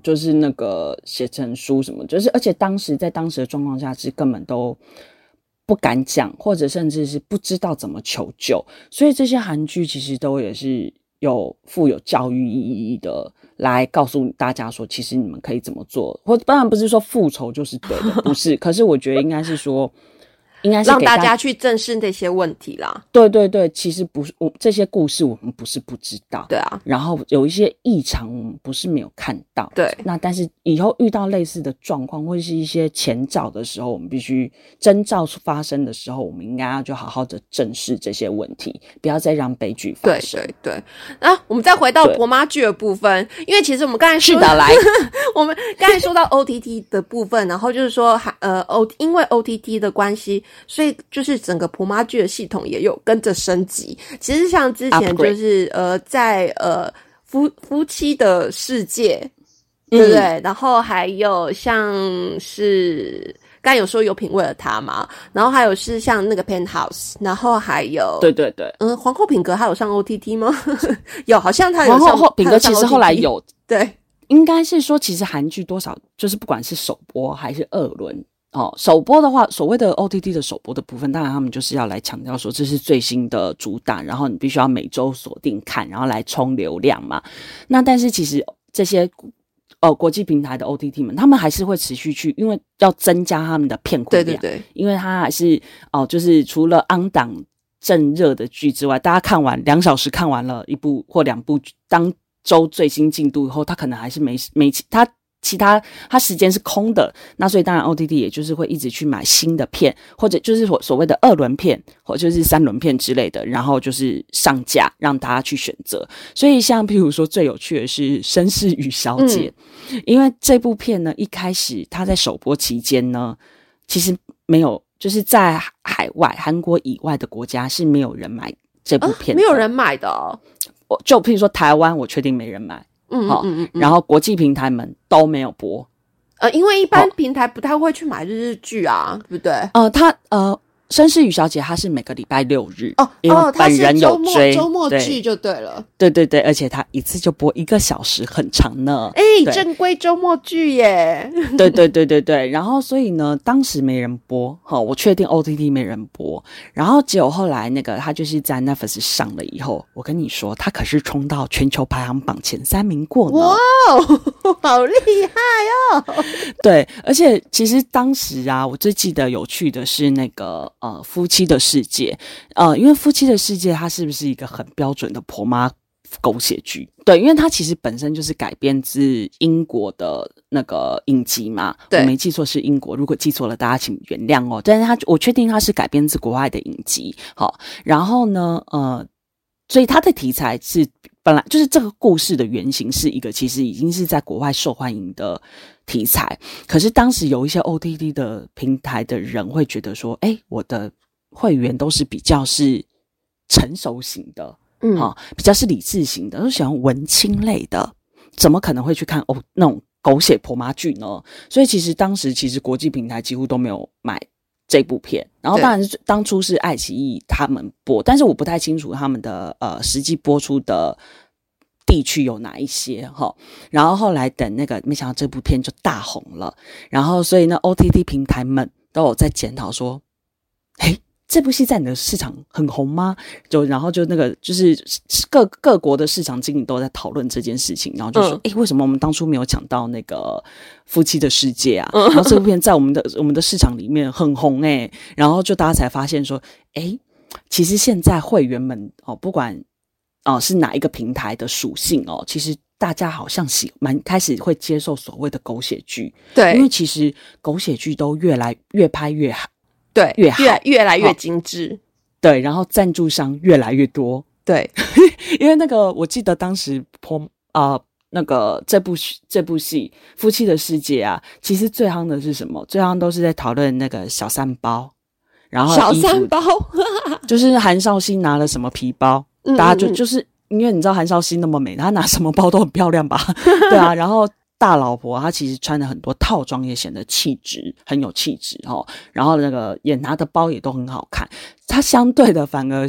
就是那个写成书什么，就是而且当时在当时的状况下是根本都不敢讲，或者甚至是不知道怎么求救，所以这些韩剧其实都也是有富有教育意义的，来告诉大家说其实你们可以怎么做，或当然不是说复仇就是对的，不是可是我觉得应该是说应该是让大家去正视那些问题啦。 对对对，其实不是我这些故事我们不是不知道， 对啊， 然后有一些异常我们不是没有看到， 对， 那但是以后遇到类似的状况或者是一些前兆的时候，我们必须征兆发生的时候，我们应该要就好好的正视这些问题，不要再让悲剧发生。 对对对，那我们再回到婆妈剧的部分，因为其实我们刚才说是的来我们刚才说到 O T T 的部分，然后就是说呃 O 因为 O T T 的关系，所以就是整个婆妈剧的系统也有跟着升级。其实像之前就是呃在呃夫夫妻的世界，对不对？嗯、然后还有像是刚才有说有品味的他嘛，然后还有是像那个 Penthouse， 然后还有对对对， 嗯，皇后品格还有上 O T T 吗？有，好像他有上皇后品格其实后来有， 对， 应该是说其实韩剧多少就是不管是首播还是二轮。哦，首播的话，所谓的 O T T 的首播的部分，当然他们就是要来强调说这是最新的主打，然后你必须要每周锁定看，然后来冲流量嘛。那但是其实这些呃国际平台的 O T T 们，他们还是会持续去，因为要增加他们的片库量， 对对对， 因为他还是哦、呃，就是除了on档正热的剧之外，大家看完两小时看完了一部或两部当周最新进度以后，他可能还是没没他。其他它时间是空的，那所以当然 O T T 也就是会一直去买新的片，或者就是所所谓的二轮片，或者就是三轮片之类的，然后就是上架让大家去选择。所以像譬如说最有趣的是《绅士与小姐》，嗯，因为这部片呢一开始它在首播期间呢，其实没有，就是在海外韩国以外的国家是没有人买这部片的， 啊，没有人买的哦。 就譬如说台湾，我确定没人买。 嗯嗯嗯嗯， 然后国际平台们都没有播， 呃，因为一般平台不太会去买日剧啊，对不对？ 呃，他呃，绅士与小姐她是每个礼拜六日哦因为本人有追周末剧就对了， 对对对，而且他一次就播一个小时，很长呢。 哎，正规周末剧耶！ 对对对对对，然后所以呢，当时没人播，哈，我确定 O T T 没人播，然后结果后来那个他就是在 Netflix 上了以后，我跟你说，他可是冲到全球排行榜前三名过呢。 哇哦，好厉害哦！ 对，而且其实当时啊，我最记得有趣的是那个呃夫妻的世界，呃，因为夫妻的世界它是不是一个很标准的婆妈狗血剧？对，因为它其实本身就是改编自英国的那个影集嘛，我没记错是英国，如果记错了大家请原谅哦。但是它我确定它是改编自国外的影集，好，然后呢，呃，所以它的题材是本来就是这个故事的原型是一个其实已经是在国外受欢迎的题材，可是当时有一些 O T T 的平台的人会觉得说，哎，我的会员都是比较是成熟型的。嗯，哦，比较是理智型的，都喜欢文青类的，怎么可能会去看哦那种狗血婆妈剧呢？所以其实当时其实国际平台几乎都没有买这部片，然后当然是当初是爱奇艺他们播，但是我不太清楚他们的呃实际播出的地区有哪一些哈。然后后来等那个没想到这部片就大红了，然后所以呢 O T T 平台们都有在检讨说，诶这部戏在你的市场很红吗？就然后就那个就是各各国的市场经理都在讨论这件事情，然后就说，哎、嗯，为什么我们当初没有抢到那个夫妻的世界啊？嗯、然后这部片在我们的我们的市场里面很红哎、欸，然后就大家才发现说，哎，其实现在会员们哦，不管哦、呃、是哪一个平台的属性哦，其实大家好像喜蛮开始会接受所谓的狗血剧， 对， 因为其实狗血剧都越来越拍越好。 对， 越好， 越越来越精致、哦。 对，然后赞助商越来越多。 对， 因为那个我记得当时婆啊、呃、那个这部这部戏《夫妻的世界》啊，其实最夯的是什么？最夯都是在讨论那个小三包，然后小三包就是韩少熙拿了什么皮包，嗯、大家就就是因为你知道韩少熙那么美，她拿什么包都很漂亮吧？对啊，然后。大老婆她其实穿了很多套装，也显得气质很有气质哦。然后那个也拿的包也都很好看，她相对的反而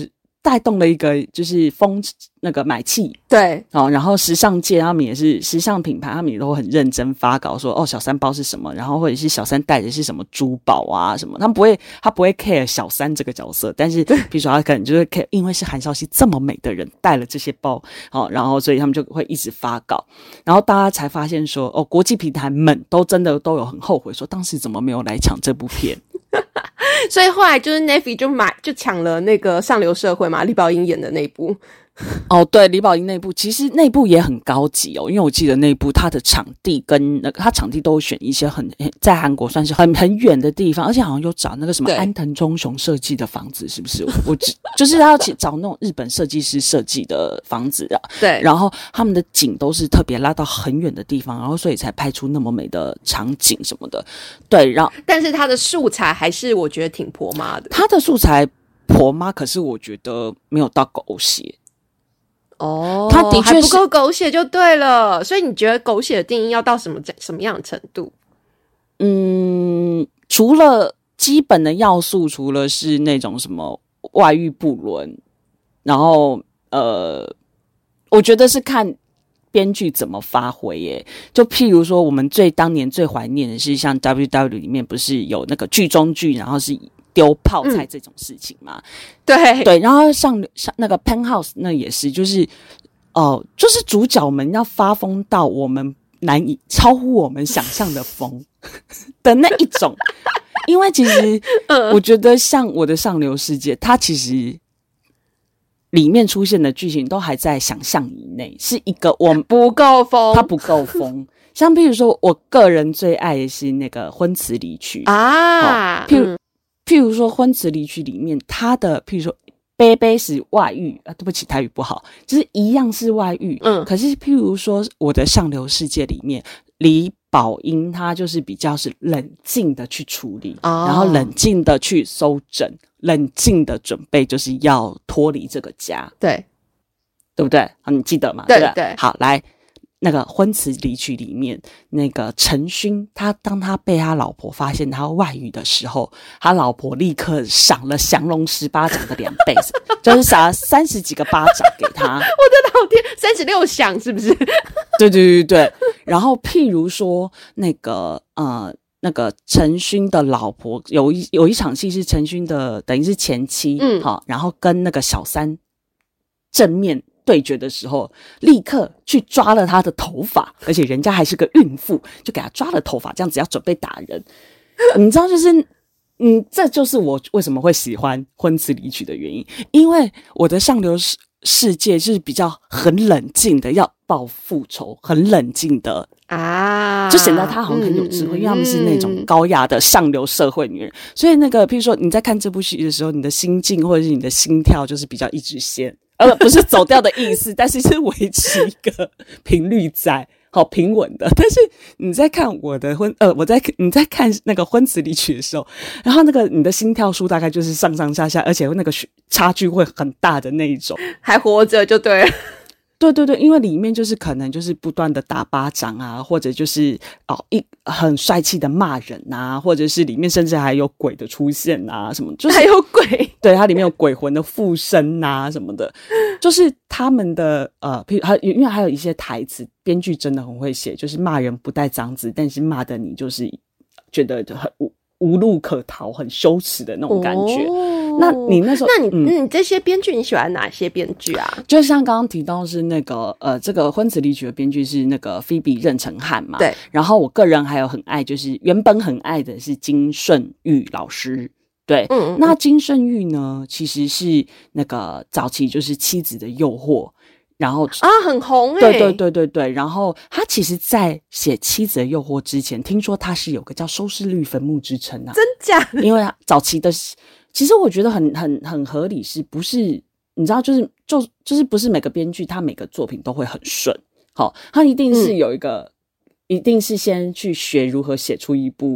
带动了一个就是风那个买气， 对哦，然后时尚界他们也是时尚品牌，他们也都很认真发稿说哦小三包是什么，然后或者是小三带的是什么珠宝啊什么，他们不会他不会 care 小三这个角色，但是比如说他可能就是 care，因为是韩韶熙这么美的人带了这些包，哦，然后所以他们就会一直发稿，然后大家才发现说哦国际平台们都真的都有很后悔说当时怎么没有来抢这部片。 所以后来就是 Neffy 就买就抢了那个上流社会嘛，李宝英演的那一部。 哦，对，李宝英那部其实那部也很高级哦，因为我记得那部它的场地跟那个它场地都选一些很在韩国算是很很远的地方，而且好像有找那个什么安藤忠雄设计的房子，是不是？我就是要找那种日本设计师设计的房子啊。 对， 然后他们的景都是特别拉到很远的地方，然后所以才拍出那么美的场景什么的。对，然后但是它的素材还是我觉得挺婆妈的。 它的素材婆妈，可是我觉得没有到狗血。 哦， 他的确还不够狗血就对了，所以你觉得狗血的定义要到什么什么样的程度？ 嗯，除了基本的要素，除了是那种什么外遇不伦，然后呃，我觉得是看编剧怎么发挥耶。就譬如说，我们最当年最怀念的是像 W W 里面不是有那个剧中剧，然后是丢泡菜这种事情嘛、嗯、 对对，然后上上那个 Penthouse 那也是就是哦、呃，就是主角们要发疯到我们难以超乎我们想象的疯的那一种。因为其实我觉得像我的上流世界它其实里面出现的剧情都还在想象以内，是一个我不够疯， 它不够疯。像譬如说我个人最爱的是那个婚词离曲啊、 哦、譬如、嗯譬如说婚词离曲里面他的譬如说杯杯是外遇啊，对不起台语不好，就是一样是外遇，嗯，可是譬如说我的上流世界里面李宝英他就是比较是冷静的去处理、哦、然后冷静的去收整，冷静的准备就是要脱离这个家， 对对不对？好，你记得吗？ 对对, 对， 好，来那个婚词离曲里面那个陈勋，他当他被他老婆发现他外遇的时候，他老婆立刻赏了降龙十八掌的两倍就是赏了三十几个巴掌给他。我的老天，三十六响是不是？ 对对对对。然后譬如说那个呃那个陈勋的老婆有一有一场戏是陈勋的等于是前妻，嗯，好，然后跟那个小三正面对决的时候，立刻去抓了他的头发，而且人家还是个孕妇，就给他抓了头发，这样子要准备打人。你知道，就是，嗯，这就是我为什么会喜欢婚词离曲的原因，因为我的上流世世界是比较很冷静的，要报复仇，很冷静的啊，就显得他好像很有智慧，嗯、因为他们是那种高雅的上流社会女人，所以那个，譬如说你在看这部戏的时候，你的心境或者是你的心跳就是比较一直线。呃，不是走掉的意思，但是是维持一个频率在，好平稳的。但是你在看我的婚，呃，我在你在看那个婚词离曲的时候，然后那个你的心跳数大概就是上上下下，而且那个差距会很大的那一种， 还活着就对了。 对对对，因为里面就是可能就是不断的打巴掌啊，或者就是哦一很帅气的骂人啊，或者是里面甚至还有鬼的出现啊，什么就是还有鬼， 对，它里面有鬼魂的附身啊什么的，就是他们的呃，譬如还因为还有一些台词，编剧真的很会写，就是骂人不带脏字，但是骂的你就是觉得很无无路可逃，很羞耻的那种感觉。哦那你那时候， 那你嗯，你这些编剧你喜欢哪些编剧啊？ 就像刚刚提到是那个呃，这个婚词离曲的编剧是那个菲比任成汉嘛， 对。 然后我个人还有很爱，就是原本很爱的是金顺玉老师，对，嗯, 嗯，那金顺玉呢，其实是那个早期就是妻子的诱惑。然后啊，很红哎、 欸！对对对对对。然后他其实，在写《妻子的诱惑》之前，听说他是有个叫收视率坟墓之称啊， 真假的？ 因为他早期的，其实我觉得很很很合理，是不是？你知道，就是就就是不是每个编剧他每个作品都会很顺，好，他一定是有一个、嗯，一定是先去学如何写出一部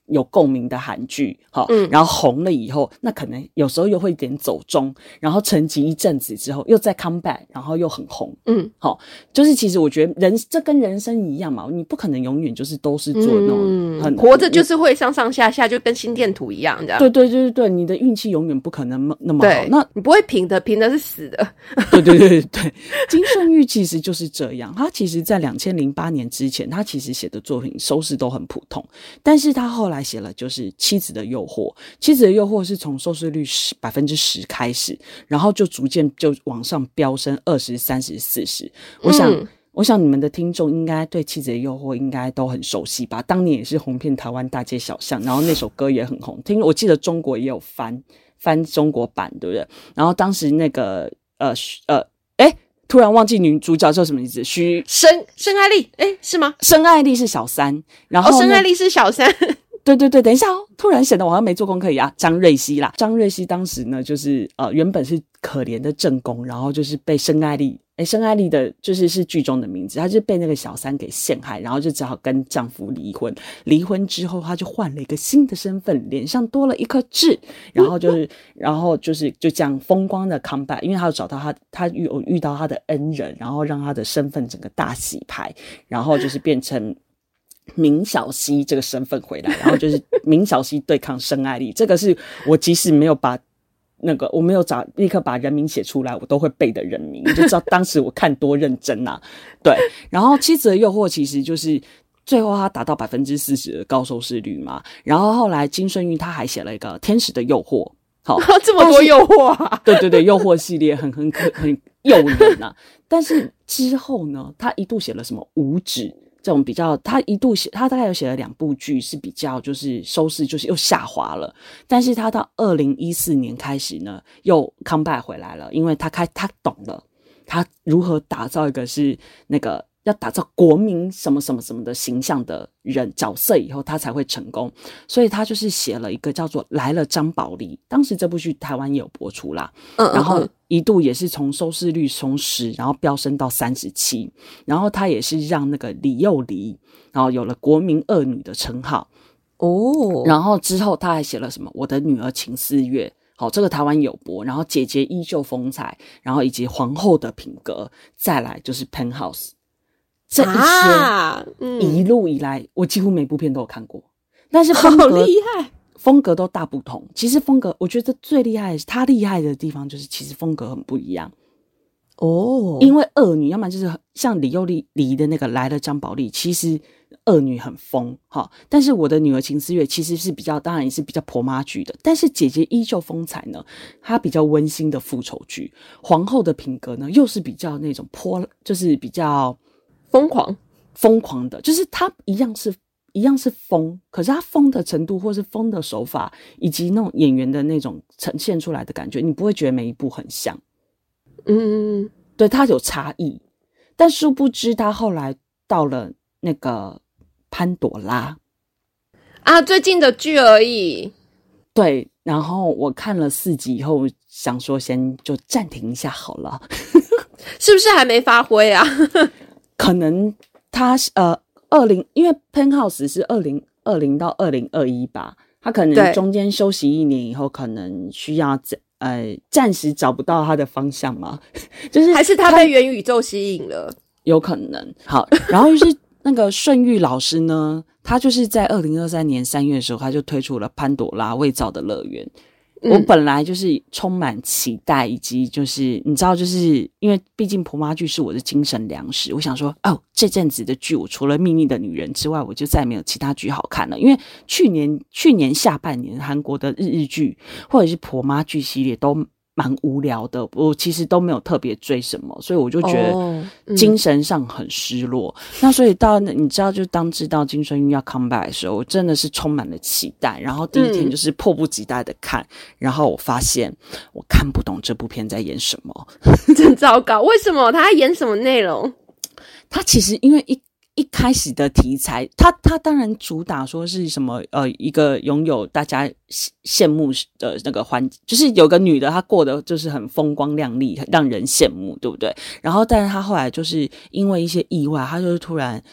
有共鸣的韩剧，好、嗯，然后红了以后，那可能有时候又会有点走中，然后沉寂一阵子之后又再 come back， 然后又很红，嗯，好，就是其实我觉得人这跟人生一样嘛，你不可能永远就是都是做那种很、 嗯、活着就是会上上下下，就跟心电图一样这样。 对对对对，你的运气永远不可能那么好，那你不会平的，平的是死的。 对对对对，金顺玉其实就是这样，他其实在两千零八年之前，他其实写的作品收视都很普通，但是他后来写了就是妻子的诱惑，妻子的诱惑是从收视率百分之十开始，然后就逐渐就往上飙升二十、三十、四十。我想、嗯，我想你们的听众应该对妻子的诱惑应该都很熟悉吧？当年也是红遍台湾大街小巷，然后那首歌也很红。听，我记得中国也有翻翻中国版，对不对？然后当时那个呃呃，哎，突然忘记女主角叫什么名字？徐申申爱丽，哎，是吗？ 申爱丽是小三，然后哦，申爱丽是小三。 对对对，等一下哦，突然显得我好像没做功课一样。张瑞熙啦，张瑞熙当时呢，就是呃，原本是可怜的正宫，然后就是被申爱丽，诶申爱丽的就是是剧中的名字，她就被那个小三给陷害，然后就只好跟丈夫离婚。离婚之后，她就换了一个新的身份，脸上多了一颗痣，然后就是然后就是就这样风光的 come back， 因为她有找到她，她有遇到她的恩人，然后让她的身份整个大洗牌，然后就是变成明晓溪这个身份回来，然后就是明晓溪对抗申爱丽，这个是我即使没有把那个我没有找立刻把人名写出来，我都会背的人名，你就知道当时我看多认真啊。对，然后妻子的诱惑其实就是最后他达到百分之四十的高收视率嘛，然后后来金顺玉他还写了一个天使的诱惑，好这么多诱惑啊， 对对对，诱惑系列很很很诱人啊。但是之后呢，他一度写了什么五指这种比较，他一度写，他大概有写了两部剧是比较就是收视就是又下滑了，但是他到二零一四年开始呢又 come back 回来了，因为他开他懂了他如何打造一个是那个要打造国民什么什么什么的形象的人角色以后，他才会成功，所以他就是写了一个叫做《来了张宝莉》，当时这部剧台湾也有播出啦，嗯嗯嗯，然后一度也是从收视率从十然后飙升到三十七，然后他也是让那个李幼妮然后有了国民恶女的称号哦，然后之后他还写了什么《我的女儿秦思月》，好，这个台湾有播，然后姐姐依旧风采，然后以及皇后的品格，再来就是 Penthouse， 这一些、啊嗯、一路以来我几乎每部片都有看过，但是风格好厉害， 风格都大不同。其实风格我觉得最厉害的是他厉害的地方就是其实风格很不一样哦，因为恶女要不然就是像李幼妮的那个来了张宝莉，其实恶女很疯哈，但是我的女儿秦思月其实是比较当然也是比较婆妈剧的，但是姐姐依旧风采呢，她比较温馨的复仇剧，皇后的品格呢又是比较那种泼就是比较疯狂疯狂的，就是她一样是一样是疯，可是她疯的程度或是疯的手法以及那种演员的那种呈现出来的感觉，你不会觉得每一部很像，嗯，对，她有差异，但殊不知她后来到了那个潘朵拉啊，最近的剧而已。 对，然后我看了四集以后，想说先就暂停一下好了。 是不是还没发挥啊？ 可能他呃二零，因为 Penthouse 是二零二零到二零二一吧，他可能中间休息一年以后，可能需要呃暂时找不到他的方向嘛，就是还是他被元宇宙吸引了， 有可能。好，然后就是那个顺玉老师呢，他就是在二零二三年三月的时候，他就推出了潘朵拉未造的乐园。嗯、我本来就是充满期待，以及就是你知道，就是因为毕竟婆妈剧是我的精神粮食，我想说，哦，这阵子的剧，我除了《秘密的女人》之外，我就再没有其他剧好看了。因为去年去年下半年韩国的日日剧或者是婆妈剧系列都蛮无聊的，我其实都没有特别追什么，所以我就觉得精神上很失落。哦嗯、那所以到你知道，就当知道金顺玉要 come back 的时候，我真的是充满了期待。然后第一天就是迫不及待的看，嗯、然后我发现我看不懂这部片在演什么， 真糟糕！为什么他在演什么内容？ 他其实因为一。一开始的题材，他他当然主打说是什么呃，一个拥有大家羡慕的那个环，就是有个女的，她过得就是很风光亮丽，让人羡慕，对不对？然后，但是她后来就是因为一些意外，她就是突然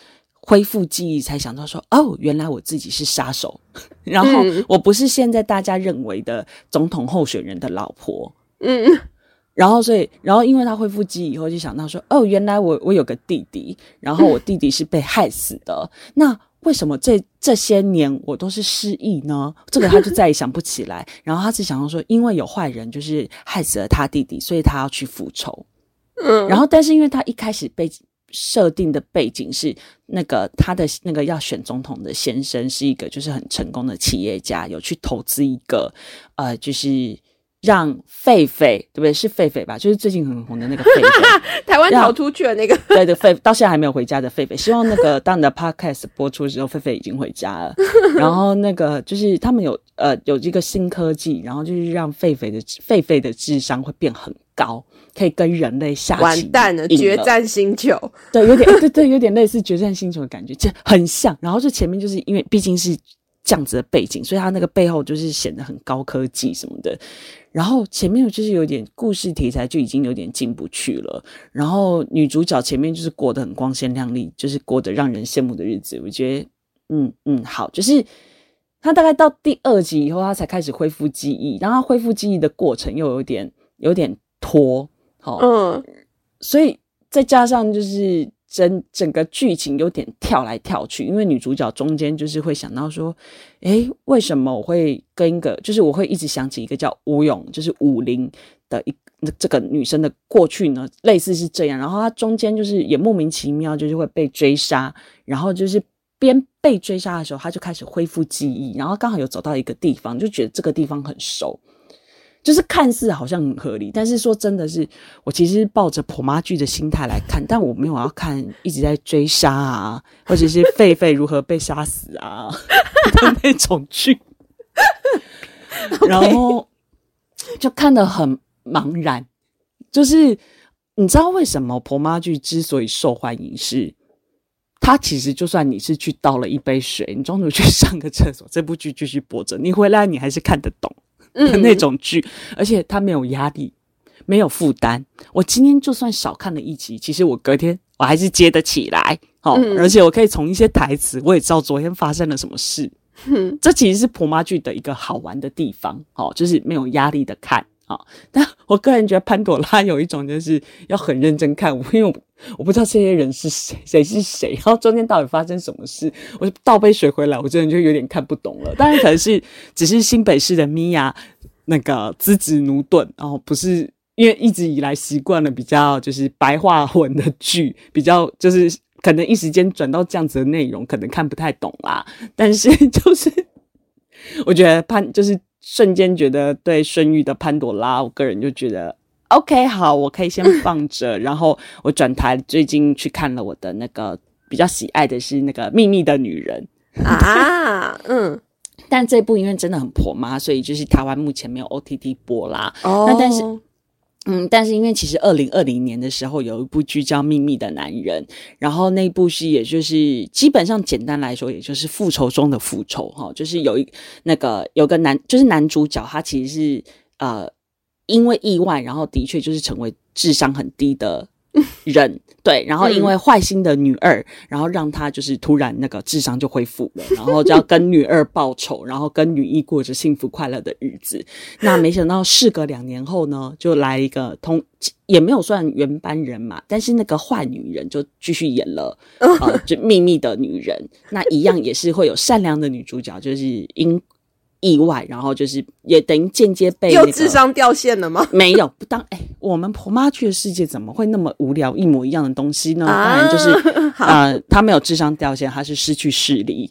恢复记忆才想到说，哦，原来我自己是杀手，然后我不是现在大家认为的总统候选人的老婆。嗯，然后所以，然后因为他恢复记忆以后，就想到说，哦，原来我我有个弟弟，然后我弟弟是被害死的。那为什么这这些年我都是失忆呢？这个他就再也想不起来。然后他只想到说，因为有坏人就是害死了他弟弟，所以他要去复仇。嗯，然后但是因为他一开始被设定的背景是那个他的那个要选总统的先生是一个就是很成功的企业家，有去投资一个呃就是让狒狒，对不对？是狒狒吧？就是最近很红的那个狒狒， 台湾逃出去的那个， 对的，狒到现在还没有回家的狒狒。希望那个当你的 podcast 播出的时候，狒狒已经回家了。然后那个就是他们有呃有这个新科技，然后就是让狒狒的狒狒的智商会变很高，可以跟人类下棋。 完蛋了，决战星球， 对，有点对对，有点类似决战星球的感觉，就很像。然后就前面就是因为毕竟是这样子的背景，所以他那个背后就是显得很高科技什么的。然后前面就是有点故事题材就已经有点进不去了，然后女主角前面就是过得很光鲜亮丽，就是过得让人羡慕的日子。我觉得嗯嗯好，就是她大概到第二集以后她才开始恢复记忆，然后她恢复记忆的过程又有点有点拖，齁，嗯，所以再加上就是整整个剧情有点跳来跳去，因为女主角中间就是会想到说，诶，为什么我会跟一个，就是我会一直想起一个叫吴勇，就是武林的一这个女生的过去呢，类似是这样。然后她中间就是也莫名其妙就是会被追杀，然后就是边被追杀的时候，她就开始恢复记忆，然后刚好有走到一个地方，就觉得这个地方很熟。就是看似好像很合理，但是说真的是我其实抱着婆妈剧的心态来看，但我没有要看一直在追杀啊，或者是狒狒如何被杀死啊的那种剧然后就看得很茫然。就是你知道为什么婆妈剧之所以受欢迎，是它其实就算你是去倒了一杯水，你中途去上个厕所，这部剧继续播着，你回来你还是看得懂的那种剧、嗯、而且它没有压力，没有负担。我今天就算少看了一集，其实我隔天我还是接得起来、哦嗯、而且我可以从一些台词我也知道昨天发生了什么事、嗯、这其实是婆妈剧的一个好玩的地方、哦、就是没有压力的看、哦、但我个人觉得潘朵拉有一种就是要很认真看，因为我我不知道这些人是谁，谁是谁，然后中间到底发生什么事，我就倒杯水回来，我真的就有点看不懂了。当然可能是只是新北市的米娅那个资质驽钝，然后不是因为一直以来习惯了比较就是白话文的剧，比较就是可能一时间转到这样子的内容，可能看不太懂啦。但是就是我觉得潘就是瞬间觉得对顺玉的潘朵拉，我个人就觉得。OK， 好，我可以先放着，然后我转台最近去看了我的那个比较喜爱的是那个秘密的女人啊，嗯， 但这部因为真的很婆妈，所以就是台湾目前没有 O T T 播啦。哦，那但是，嗯，但是因为其实二零二零年的时候有一部剧叫《秘密的男人》，然后那部戏也就是基本上简单来说，也就是复仇中的复仇哈，就是有一那个有个男，就是男主角他其实是呃。因为意外，然后的确就是成为智商很低的人，对，然后因为坏心的女二，然后让他就是突然那个智商就恢复了，然后就要跟女二报仇，然后跟女一过着幸福快乐的日子。那没想到事隔两年后呢，就来一个同也没有算原班人马，但是那个坏女人就继续演了，呃，就秘密的女人。那一样也是会有善良的女主角，就是因。意外，然后就是也等于间接被、那个、 又智商掉线了吗？ 没有，不当哎、欸，我们婆妈剧的世界怎么会那么无聊，一模一样的东西呢？啊、当然就是呃，他没有智商掉线，他是失去视力。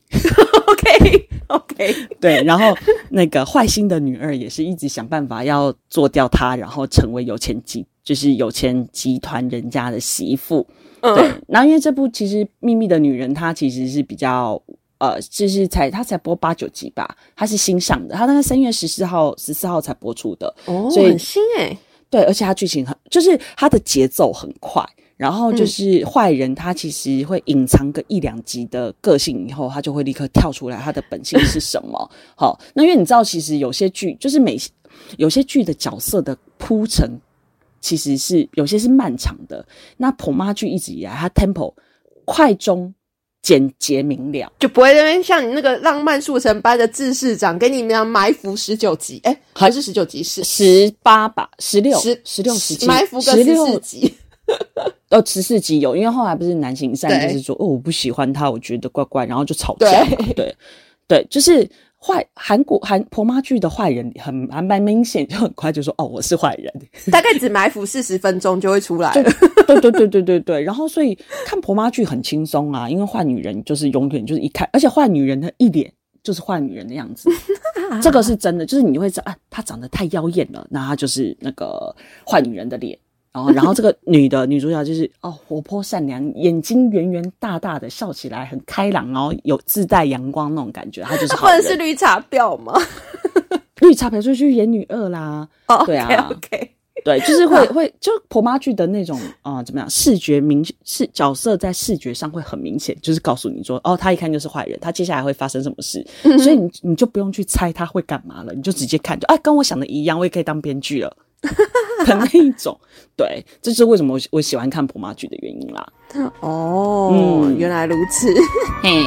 OK OK， 对，然后那个坏心的女二也是一直想办法要做掉他，然后成为有钱集，就是有钱集团人家的媳妇。嗯、对，然后因为这部其实《秘密的女人》，她其实是比较。呃，就是才他才播八九集吧，他是新上的，他大概三月十四号、十四号才播出的， 哦， 所以很新哎、欸。 对，而且他剧情很，就是他的节奏很快，然后就是坏人他其实会隐藏个一两集的个性，以后他就会立刻跳出来，他的本性是什么？好，那因为你知道，其实有些剧就是每有些剧的角色的铺陈，其实是有些是漫长的。那婆妈剧一直以来，它 tempo 快中。 简洁明了， 就不会在那边像你那个浪漫速成班的智市长给你们俩埋伏十九集，哎、欸，还是十九集是十八吧，十六十十六十七埋伏个十四集。 哦，十四集有，因为后来不是南行善就是说，哦，我不喜欢他，我觉得怪怪，然后就吵架嘛，对对对，就是坏韩国韩婆妈剧的坏人很还蛮明显，就很快就说，哦，我是坏人， 大概只埋伏四十分钟就会出来了。 对对对对对对，然后所以看婆妈剧很轻松啊，因为坏女人就是永远就是一看，而且坏女人的一脸就是坏女人的样子，这个是真的，就是你会知道啊，她长得太妖艳了，那她就是那个坏女人的脸。然后，然后这个女的女主角就是哦，活泼善良，眼睛圆圆大大的，笑起来很开朗，然后有自带阳光那种感觉，她就是好人。 她不能是绿茶婊吗？ 绿茶婊就去演女二啦。 哦， 对啊 ，OK，, okay. 对，就是会会就婆妈剧的那种啊、呃，怎么样？视觉明视角色在视觉上会很明显，就是告诉你说，哦，他一看就是坏人，他接下来会发生什么事，嗯、所以你你就不用去猜他会干嘛了，你就直接看，就啊，跟我想的一样，我也可以当编剧了。的那一种，对，这就是为什么我我喜欢看婆妈剧的原因啦。 哦，嗯、原来如此。 嘿。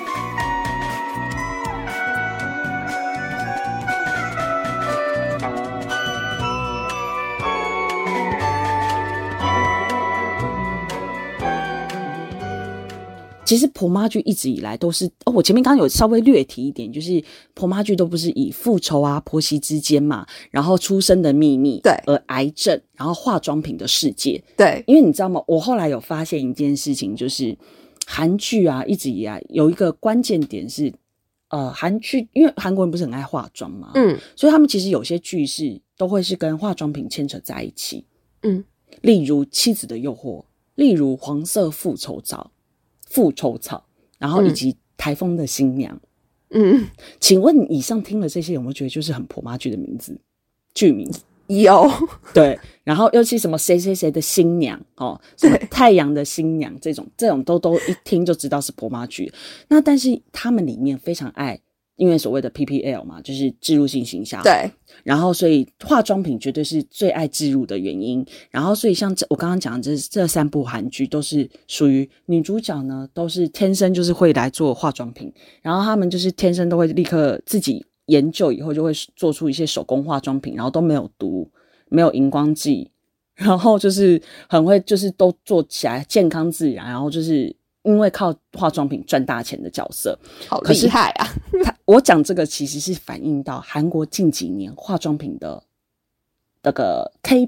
其实婆妈剧一直以来都是哦，我前面刚刚有稍微略提一点，就是婆妈剧都不是以复仇啊、婆媳之间嘛，然后出生的秘密， 对， 而癌症，然后化妆品的世界， 对， 因为你知道吗？我后来有发现一件事情，就是韩剧啊，一直以来有一个关键点是，呃，韩剧因为韩国人不是很爱化妆嘛， 嗯， 所以他们其实有些剧是都会是跟化妆品牵扯在一起， 嗯， 例如《妻子的诱惑》，例如《黄色复仇草》。复仇草，然后以及台风的新娘。 嗯， 请问以上听了这些有没有觉得就是很婆妈剧的名字剧名？ 有， 对，然后尤其什么谁谁谁的新娘哦，什么太阳的新娘这种这种都都一听就知道是婆妈剧。那但是他们里面非常爱，因为所谓的 P P L 嘛，就是置入性形象， 对， 然后所以化妆品绝对是最爱置入的原因。然后所以像这我刚刚讲的这这三部韩剧都是属于女主角呢，都是天生就是会来做化妆品，然后他们就是天生都会立刻自己研究以后就会做出一些手工化妆品，然后都没有毒，没有荧光剂，然后就是很会就是都做起来健康自然，然后就是因为靠化妆品赚大钱的角色。 好厉害啊。 他我讲这个其实是反映到韩国近几年化妆品的那个 K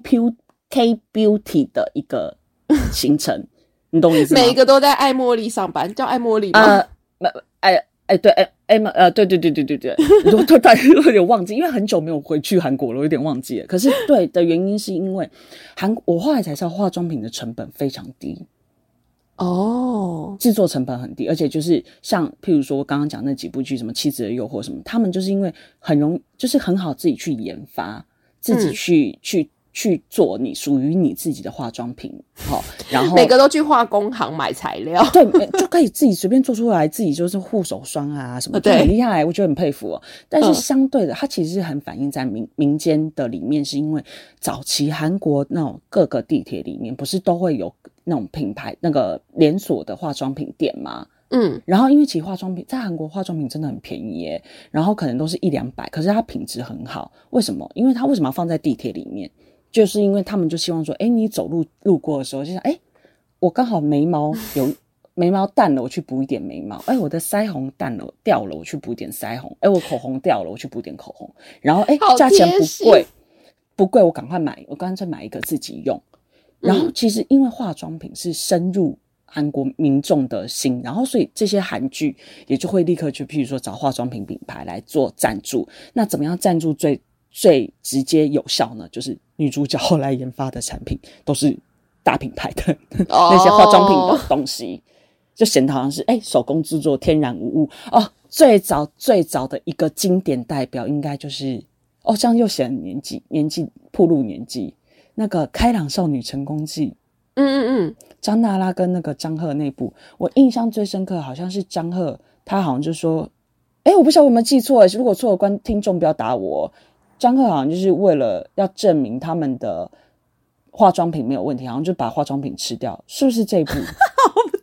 Beauty 的一个形成，你懂我意思吗？ 每一个都在爱茉莉上班，叫爱茉莉吗？ 呃，哎哎，对，哎哎呃，对对对对对对，我突然有点忘记，因为很久没有回去韩国了，我有点忘记了。可是对的原因是因为韩，我后来才知道化妆品的成本非常低。 哦， 制作成本很低，而且就是像譬如说我刚刚讲那几部剧，什么《妻子的诱惑》什么，他们就是因为很容易，就是很好自己去研发，自己去、嗯、去去做你属于你自己的化妆品，好，然后每个都去化工行买材料， 对，就可以自己随便做出来，自己就是护手霜啊什么，就很厉害，我觉得很佩服哦。但是相对的，它其实是很反映在民民间的里面，是因为早期韩国那种各个地铁里面不是都会有那种品牌那个连锁的化妆品店吗？嗯，然后因为其实化妆品在韩国化妆品真的很便宜耶，然后可能都是一两百，可是它品质很好。为什么？因为它为什么要放在地铁里面？就是因为他们就希望说，哎，你走路路过的时候，就想，哎，我刚好眉毛有眉毛淡了，我去补一点眉毛；哎，我的腮红淡了掉了，我去补一点腮红；哎，我口红掉了，我去补点口红。然后，哎，价钱不贵，不贵，我赶快买，我干脆买一个自己用。然后，其实因为化妆品是深入韩国民众的心，然后所以这些韩剧也就会立刻去，譬如说找化妆品品牌来做赞助。那怎么样赞助最最直接有效呢？就是女主角后来研发的产品都是大品牌的那些化妆品的东西，就显得好像是哎、欸、手工制作天然无误哦。最早最早的一个经典代表应该就是哦，这样又显年纪年纪暴露年纪，那个开朗少女成功记， 嗯嗯嗯， 张娜拉跟那个张赫那部，我印象最深刻好像是张赫，他好像就说，哎、欸，我不晓得我有没有记错，如果错了观听众不要打我。张赫好像就是为了要证明他们的化妆品没有问题，好像就把化妆品吃掉，是不是这一部？ 我不知道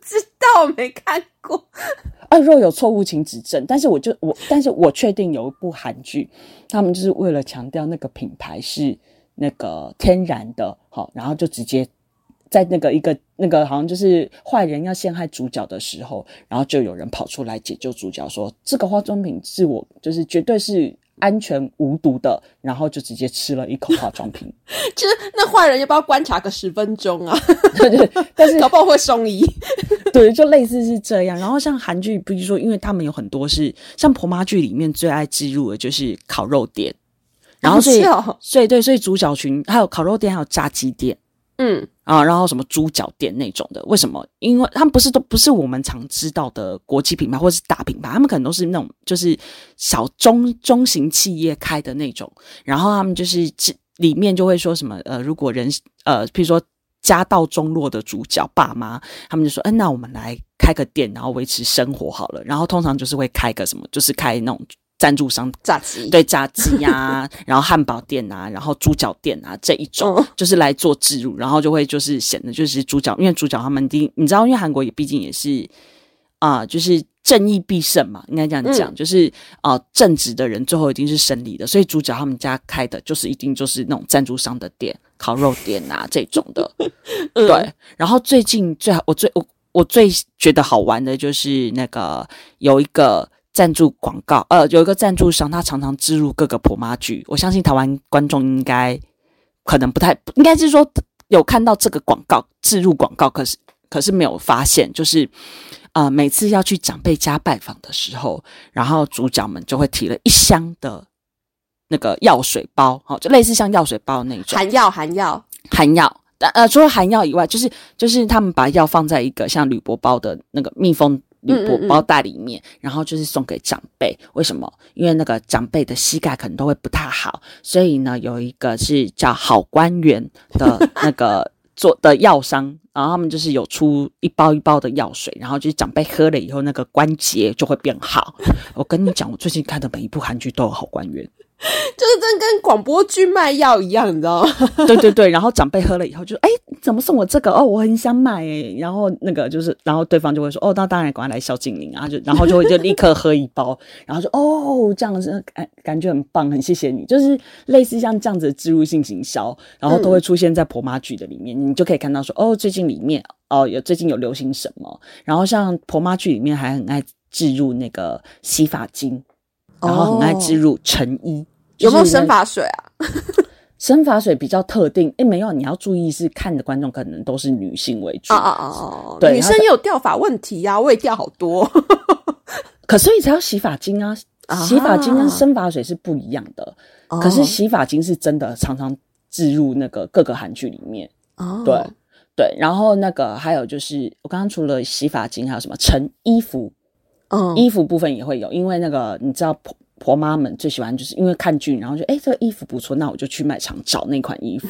我没看过。 啊，若有错误请指正。但是我就我，但是我确定有一部韩剧，他们就是为了强调那个品牌是那个天然的，好，然后就直接在那个一个那个好像就是坏人要陷害主角的时候，然后就有人跑出来解救主角，说这个化妆品是我就是绝对是安全无毒的，然后就直接吃了一口化妆品。 其实那坏人要不要观察个十分钟啊？ 对对，但是搞不好会送医。 对，就类似是这样。然后像韩剧，比如说，因为他们有很多是像婆妈剧里面最爱植入的就是烤肉店，然后所以、 哦哦、 所以对，所以主角群还有烤肉店，还有炸鸡店， 嗯啊，然后什么猪脚店那种的。为什么？因为他们不是都不是我们常知道的国际品牌或是大品牌，他们可能都是那种就是小中中型企业开的那种。然后他们就是里面就会说什么呃，如果人呃，譬如说家道中落的主角爸妈，他们就说，嗯、呃，那我们来开个店，然后维持生活好了。然后通常就是会开个什么，就是开那种赞助商炸鸡， 对，炸鸡啊，然后汉堡店啊，然后猪脚店啊这一种， 嗯、 就是来做置入，然后就会就是显得就是主角，因为主角他们第一，你知道，因为韩国也毕竟也是啊、呃，就是正义必胜嘛，应该这样讲，嗯、就是啊、呃，正直的人最后一定是胜利的，所以主角他们家开的就是一定就是那种赞助商的店。烤肉店啊这种的， 嗯、 对。然后最近最我最我我最觉得好玩的就是那个有一个赞助广告，呃，有一个赞助商，他常常置入各个婆妈剧。我相信台湾观众应该可能不太，应该是说有看到这个广告置入广告，可是可是没有发现，就是呃每次要去长辈家拜访的时候，然后主角们就会提了一箱的。那个药水包，就类似像药水包那种含药含药含药，呃，除了含药以外，就是就是他们把药放在一个像铝箔包的那个密封铝箔包袋里面，嗯嗯嗯，然后就是送给长辈。为什么？因为那个长辈的膝盖可能都会不太好，所以呢，有一个是叫好官员的那个做的药商，然后他们就是有出一包一包的药水，然后就是长辈喝了以后，那个关节就会变好。我跟你讲，我最近看的每一部韩剧都有好官员。 就是这跟广播剧卖药一样，你知道吗？ 对对对，然后长辈喝了以后就哎，怎么送我这个？哦，我很想买诶。然后那个就是，然后对方就会说，哦，那当然赶快来孝敬您啊，就然后就会就立刻喝一包，然后就哦，这样子感感觉很棒，很谢谢你，就是类似像这样子的置入性行销，然后都会出现在婆妈剧的里面，嗯、你就可以看到说，哦，最近里面哦有最近有流行什么，然后像婆妈剧里面还很爱置入那个洗发精。然后很爱置入成衣， 有没有生发水啊？ 生发水比较特定，诶没有，你要注意是看的观众可能都是女性为主。 啊啊啊！对，女生也有掉发问题呀、啊，我也掉好多。 可所以才要洗发精啊，洗发精跟生发水是不一样的。啊、可是洗发精是真的常常置入那个各个韩剧里面。哦，对对，然后那个还有就是我刚刚除了洗发精，还有什么成衣服？嗯，衣服部分也会有，因为那个你知道婆婆妈们最喜欢就是因为看剧，然后就哎这个衣服不错，那我就去卖场找那款衣服。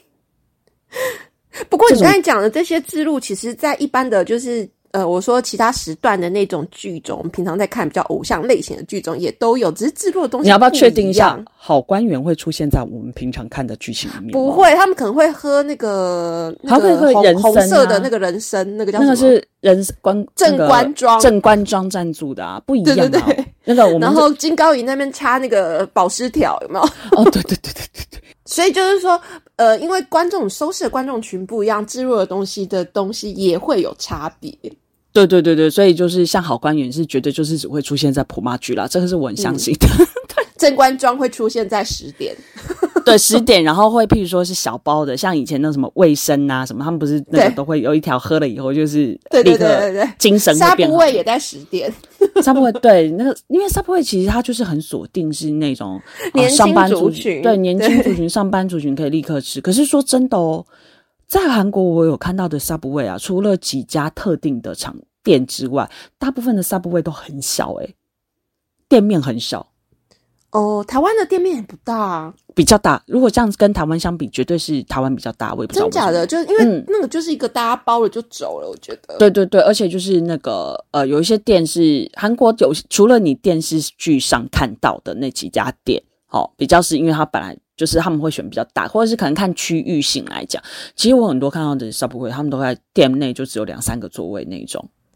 不过你刚才讲的这些置入，其实在一般的就是呃，我说其他时段的那种剧中，我们平常在看比较偶像类型的剧中也都有，只是置入的东西不一样。 你要不要确定一下，好官员会出现在我们平常看的剧情里面吗？ 不会，他们可能会喝那个那个红人参、啊、 红色的那个人参，那个叫什么？ 那个是人官正官庄、 正官庄赞助的啊，不一样啊。 对对对， 那个我们然后金高银那边插那个保湿条，有没有？ 哦，对对对对对对。 所以就是说，呃，因为观众收视的观众群不一样，置入的东西的东西也会有差别。 对对对对，所以就是像好官员是绝对就是只会出现在婆妈剧啦，这个是我很相信的。嗯、 正官庄会出现在十点， 对十点，然后会譬如说是小包的，像以前那什么卫生啊什么，他们不是那个都会有一条喝了以后就是立刻精神会变好。 Subway也在十点 ，Subway 对那个，因为 Subway 其实它就是很锁定是那种年轻族群， 哦、对年轻族群、上班族群可以立刻吃。可是说真的哦。在韩国我有看到的 Subway 啊，除了几家特定的厂店之外，大部分的 Subway 都很小诶、欸，店面很小。 哦，台湾的店面也不大啊， 比较大。如果这样子跟台湾相比，绝对是台湾比较大。我也不知道真假的，就是因为那个就是一个大家包了就走了，我觉得。 对对对，而且就是那个呃，有一些店是韩国有，除了你电视剧上看到的那几家店，哦，比较是因为它本来。就是他们会选比较大，或者是可能看区域性来讲，其实我很多看到的 Subway， 他们都在店内就只有两三个座位那种。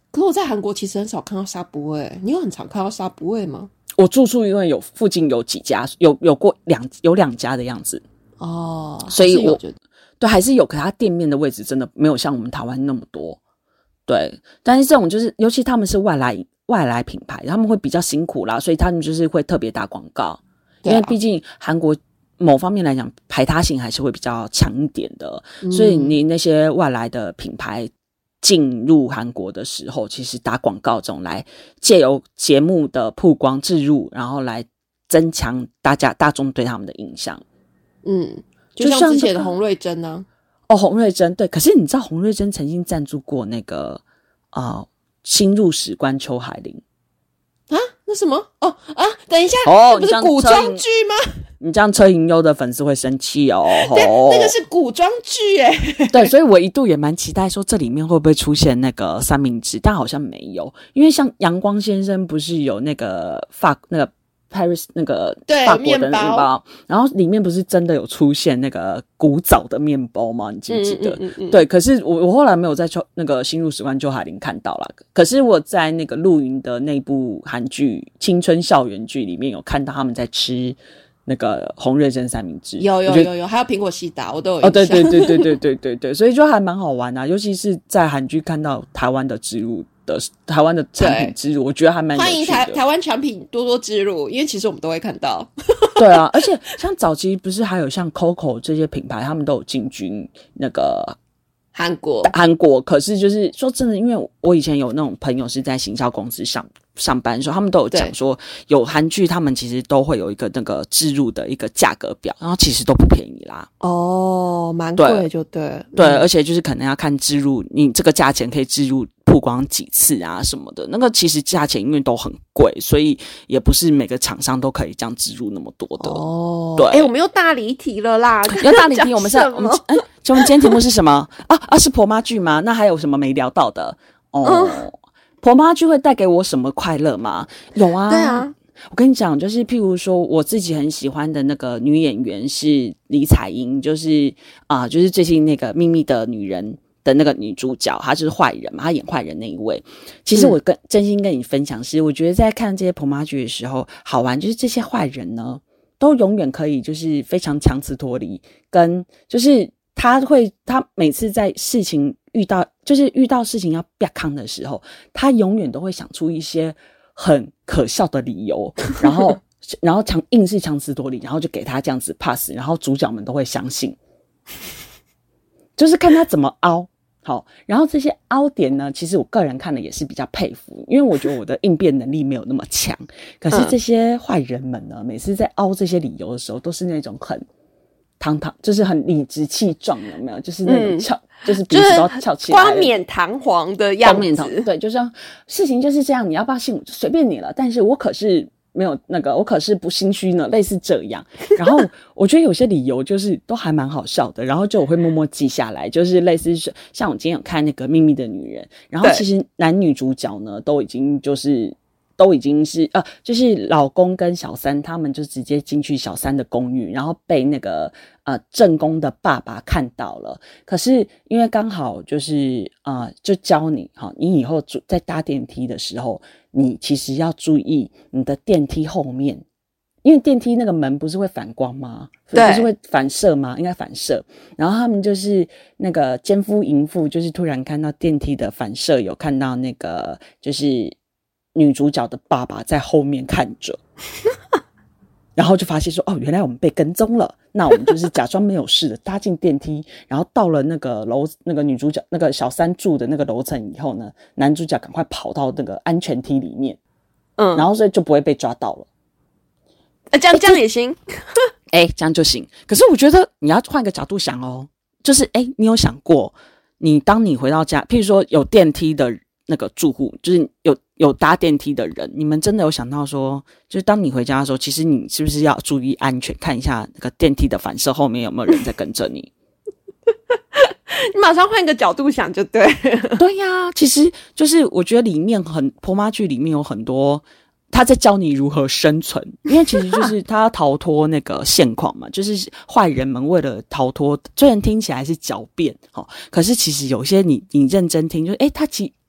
可是我在韩国其实很少看到Subway，你有很常看到Subway吗？ 我住宿因为有附近有几家，有有过两有两家的样子哦， 所以我觉得对还是有，可是它店面的位置真的没有像我们台湾那么多。对，但是这种就是尤其他们是外来外来品牌，他们会比较辛苦啦，所以他们就是会特别打广告，啊、因为毕竟韩国某方面来讲排他性还是会比较强一点的，嗯、所以你那些外来的品牌进入韩国的时候，其实打广告这种来借由节目的曝光置入，然后来增强大家大众对他们的印象。 嗯，就像之前的洪瑞珍呢、啊。 哦，洪瑞珍对，可是你知道洪瑞珍曾经赞助过那个呃新入史官邱海玲啊？那什么？哦啊，等一下， 哦， 那不是古装剧吗？ 你这样车银优的粉丝会生气哦。 对，那个是古装剧耶。 对，所以我一度也蛮期待说这里面会不会出现那个三明治，但好像没有，因为像阳光先生不是有那个法那个。Paris 那个法国的面包，然后里面不是真的有出现那个古早的面包吗？你记不记得？嗯嗯嗯嗯对，可是我我后来没有在那个新入史官邱海玲看到啦，可是我在那个陆云的那部韩剧青春校园剧里面有看到他们在吃那个洪瑞珍三明治， 有有有有，还有苹果西打，我都有印象。 哦，对对对对对对对对，所以就还蛮好玩啊，尤其是在韩剧看到台湾的植入。的台湾的产品植入，我觉得还蛮有趣的。 欢迎台台湾产品多多植入，因为其实我们都会看到。 对啊，而且像早期不是还有像 Coco 这些品牌，他们都有进军那个韩国。 韩国，可是就是说真的，因为我以前有那种朋友是在行销公司上上班的时候，他们都有讲说，有韩剧他们其实都会有一个那个置入的一个价格表，然后其实都不便宜啦。 哦，蛮贵就对。 对，嗯、而且就是可能要看置入，你这个价钱可以置入。曝光几次啊什么的，那个其实价钱因为都很贵，所以也不是每个厂商都可以这样植入那么多的。 哦， 对， 哎、欸，我们又大离题了啦！ 又大离题，我们是，我们哎，我们今天题目是什么啊？啊，是婆妈剧吗？那还有什么没聊到的？哦，嗯、婆妈剧会带给我什么快乐吗？有啊， 对啊。 我跟你讲，就是譬如说，我自己很喜欢的那个女演员是李彩英，就是啊、呃，就是最近那个《秘密的女人》。的那个女主角，她就是坏人嘛，她演坏人那一位。其实我跟、嗯、真心跟你分享是，我觉得在看这些婆妈剧的时候，好玩就是这些坏人呢，都永远可以就是非常强词夺理，跟就是他会他每次在事情遇到就是遇到事情要啪康的时候，他永远都会想出一些很可笑的理由，然后然后强硬是强词夺理，然后就给他这样子 pass， 然后主角们都会相信，就是看他怎么凹。好，然后这些凹点呢，其实我个人看了也是比较佩服，因为我觉得我的应变能力没有那么强。可是这些坏人们呢，嗯、每次在凹这些理由的时候，都是那种很堂堂，就是很理直气壮，有没有？就是那种翘，嗯、就是鼻子都要翘起来， 冠冕堂皇的样子。 冠冕堂皇，对，就像事情就是这样，你要不要信我就随便你了。但是我可是。没有那个，我可是不心虚呢，类似这样。然后我觉得有些理由就是都还蛮好笑的，然后就我会默默记下来，就是类似像我今天有看那个《秘密的女人》，然后其实男女主角呢都已经就是都已经是呃，就是老公跟小三他们就直接进去小三的公寓，然后被那个呃正宫的爸爸看到了。可是因为刚好就是呃，就教你哈，你以后在搭电梯的时候。你其实要注意你的电梯后面，因为电梯那个门不是会反光吗？对，不是会反射吗？应该反射。然后他们就是那个奸夫淫妇，就是突然看到电梯的反射，有看到那个就是女主角的爸爸在后面看着，然后就发现说，哦，原来我们被跟踪了。那我们就是假装没有事的搭进电梯，然后到了那个楼，那个女主角那个小三住的那个楼层以后呢，男主角赶快跑到那个安全梯里面，嗯，然后所以就不会被抓到了。 啊，这样这样也行， 哎、欸，这样就行。可是我觉得你要换个角度想哦，就是哎、欸，你有想过，你当你回到家，譬如说有电梯的那个住户，就是有有搭电梯的人，你们真的有想到说，就是当你回家的时候，其实你是不是要注意安全，看一下那个电梯的反射后面有没有人在跟着你？ 你马上换个角度想就对。 对呀、啊，其实就是我觉得里面很婆妈剧里面有很多他在教你如何生存，因为其实就是他要逃脱那个现况嘛，就是坏人们为了逃脱，虽然听起来是狡辩，可是其实有些你你认真听，就是诶他其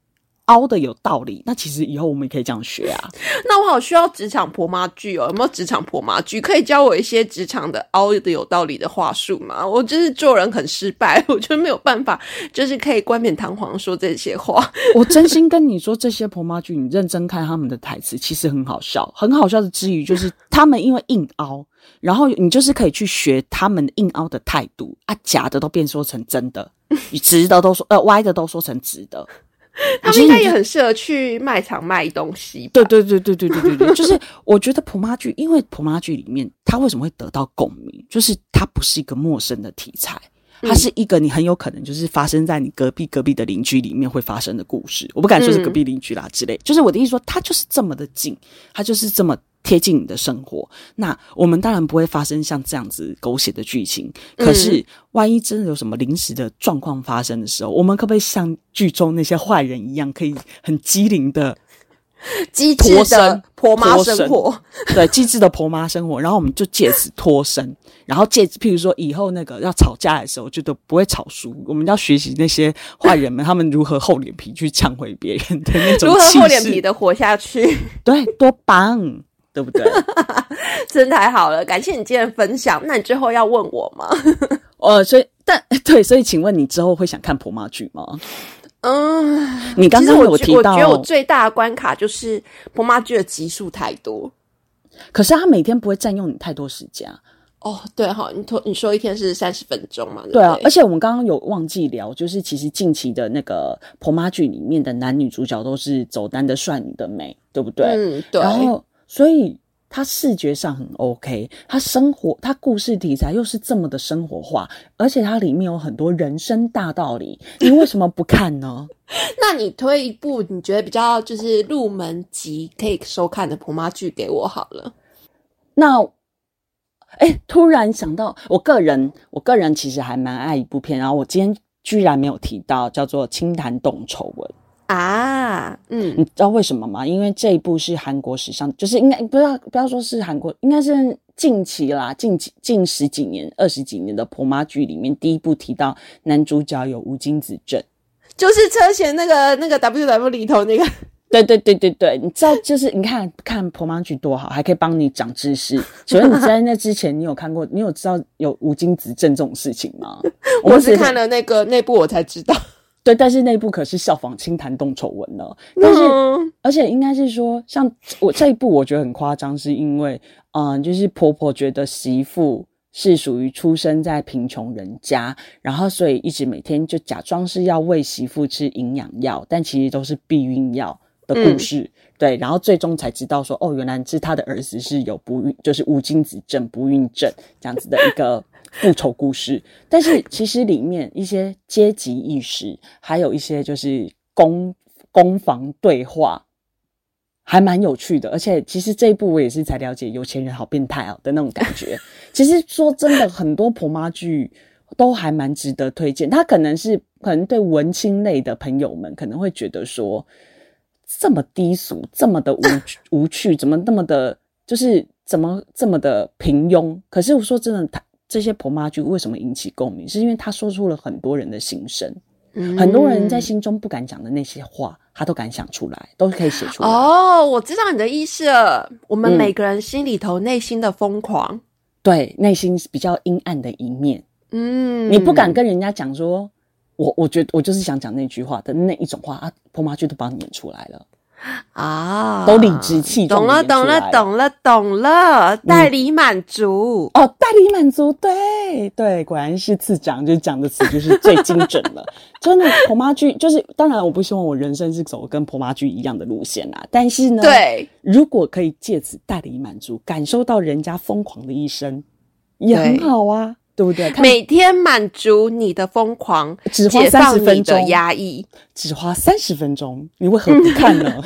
凹的有道理，那其实以后我们也可以这样学啊。 那我好需要职场婆妈剧哦，有没有职场婆妈剧可以教我一些职场的凹的有道理的话术吗？我就是做人很失败，我就没有办法，就是可以冠冕堂皇说这些话。 我真心跟你说，这些婆妈剧，你认真看他们的台词，其实很好笑。很好笑的之余，就是他们因为硬凹，然后你就是可以去学他们硬凹的态度啊，假的都变说成真的，直的都说呃歪的都说成直的。 他们应该也很适合去卖场卖东西吧。 对对对对对对对对，就是我觉得婆妈剧，因为婆妈剧里面它为什么会得到共鸣，就是它不是一个陌生的题材，它是一个你很有可能就是发生在你隔壁隔壁的邻居里面会发生的故事。我不敢说是隔壁邻居啦之类，嗯、就是我的意思说，它就是这么的近，它就是这么贴近你的生活。那我们当然不会发生像这样子狗血的剧情，可是万一真的有什么临时的状况发生的时候，我们可不可以像剧中那些坏人一样，可以很机灵的机智的婆妈生活？ 对，机智的婆妈生活，然后我们就借此脱身，然后借譬如说以后那个要吵架的时候，就都不会吵输。我们要学习那些坏人们他们如何厚脸皮去抢回别人的那种气势，如何厚脸皮的活下去。 对，多棒！对不对？ 真太好了，感谢你今天的分享。那你最后要问我吗？ 呃，所以但对，所以请问你之后会想看婆妈剧吗？ 嗯， 你刚刚有提到， 我觉得我最大的关卡就是婆妈剧的集数太多， 可是他每天不会占用你太多时间。 哦，对哈，你你说一天是三十分钟嘛？对不对？ 对啊，而且我们刚刚有忘记聊，就是其实近期的那个婆妈剧里面的男女主角都是走男的帅，女的美，对不对？ 嗯，对。 然后。所以他视觉上很 OK， 他生活他故事题材又是这么的生活化，而且它里面有很多人生大道理，你为什么不看呢？ 那你推一部你觉得比较就是入门级可以收看的婆妈剧给我好了。 那诶突然想到，我个人我个人其实还蛮爱一部片，然后我今天居然没有提到，叫做《清谈洞丑闻》 啊，嗯， 你知道为什么吗？因为这一部是韩国史上，就是应该不要不要说是韩国，应该是近期啦，近几近十几年、二十几年的婆妈剧里面第一部提到男主角有无精子症， 就是车贤那个那个 W W 里头那个。 对对对对对，你知道，就是你看看婆妈剧多好，还可以帮你长知识。请问你在那之前，你有看过，你有知道有无精子症这种事情吗？ 我, 我是看了那个那部我才知道。 对，但是那部可是效仿清谈洞丑闻呢。但是、嗯，而且应该是说，像我这一部我觉得很夸张，是因为，嗯，就是婆婆觉得媳妇是属于出生在贫穷人家，然后所以一直每天就假装是要喂媳妇吃营养药，但其实都是避孕药的故事。嗯、对，然后最终才知道说，哦，原来是他的儿子是有不孕，就是无精子症、不孕症这样子的一个。复仇故事，但是其实里面一些阶级意识，还有一些就是攻攻防对话，还蛮有趣的。而且其实这一部我也是才了解有钱人好变态哦的那种感觉。其实说真的，很多婆妈剧都还蛮值得推荐。他可能是可能对文青类的朋友们可能会觉得说，这么低俗，这么的无无趣，怎么那么的，就是怎么这么的平庸？可是我说真的，他。这些婆妈剧为什么引起共鸣？是因为他说出了很多人的心声、嗯，很多人在心中不敢讲的那些话，他都敢想出来，都可以写出来。 哦，我知道你的意思了。我们每个人心里头内心的疯狂， 嗯、对，内心比较阴暗的一面，嗯，你不敢跟人家讲说，我我觉得我就是想讲那句话的那一种话啊，婆妈剧都帮你演出来了。 啊， 都理直气壮， 懂了，懂了，懂了，懂了，代理满足、 嗯、哦，代理满足，对对，果然是次长，就是讲的词就是最精准了。真的婆妈剧，就是当然我不希望我人生是走跟婆妈剧一样的路线啦，但是呢， 对， 如果可以借此代理满足，感受到人家疯狂的一生，也很好啊。对不对？ 每天满足你的疯狂， 只花三十分钟的压抑， 只花三十分钟，你为何不看呢？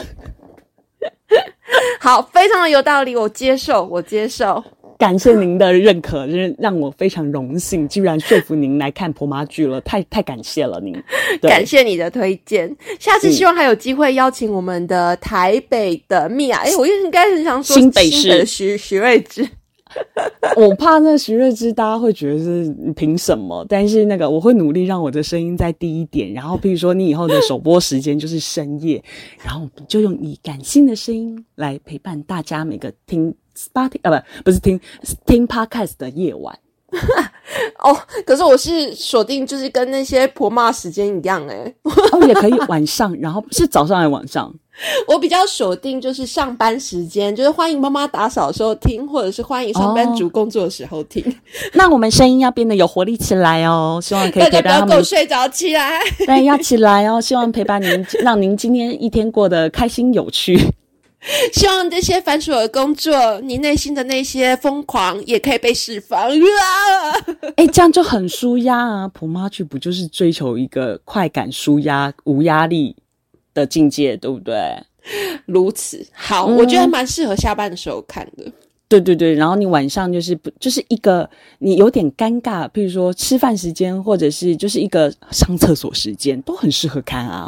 好，非常的有道理，我接受，我接受。 感谢您的认可，让我非常荣幸，居然说服您来看婆妈剧了，太太感谢了您。 感谢你的推荐，下次希望还有机会邀请我们的台北的米娅，哎、嗯，我应该很想说新北市的徐徐瑞芝。 我怕那徐瑞芝大家会觉得是凭什么，但是那个我会努力让我的声音再低一点，然后譬如说你以后的首播时间就是深夜，然后我们就用以感性的声音来陪伴大家每个听 Spotify 啊不不是听听 Podcast 的夜晚。 哦，可是我是锁定就是跟那些婆妈时间一样诶。 哦，也可以晚上，然后是早上还是晚上？ 我比较锁定就是上班时间，就是欢迎妈妈打扫的时候听，或者是欢迎上班族工作的时候听。哦、 那我们声音要变得有活力起来哦，希望可以陪伴他们。 大家不要给我睡着起来。 对，要起来哦，希望陪伴您，让您今天一天过得开心有趣。 希望这些繁琐的工作，你内心的那些疯狂也可以被释放。 哎、欸，这样就很舒压啊！婆妈剧不就是追求一个快感、舒压、无压力的境界，对不对？ 如此好、嗯，我觉得蛮适合下班的时候看的。 对对对，然后你晚上就是不就是一个你有点尴尬，譬如说吃饭时间，或者是就是一个上厕所时间，都很适合看啊。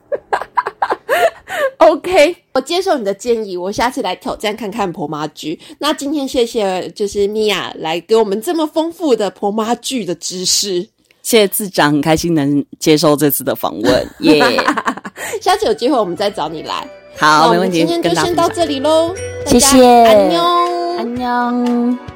OK， 我接受你的建议，我下次来挑战看看婆妈剧。那今天谢谢就是米娅来给我们这么丰富的婆妈剧的知识。 谢谢次长，很开心能接受这次的访问，耶、yeah ！ 下次有机会我们再找你来。 好，没问题。 今天就先到这里咯， 谢谢， 安妞， 安妞。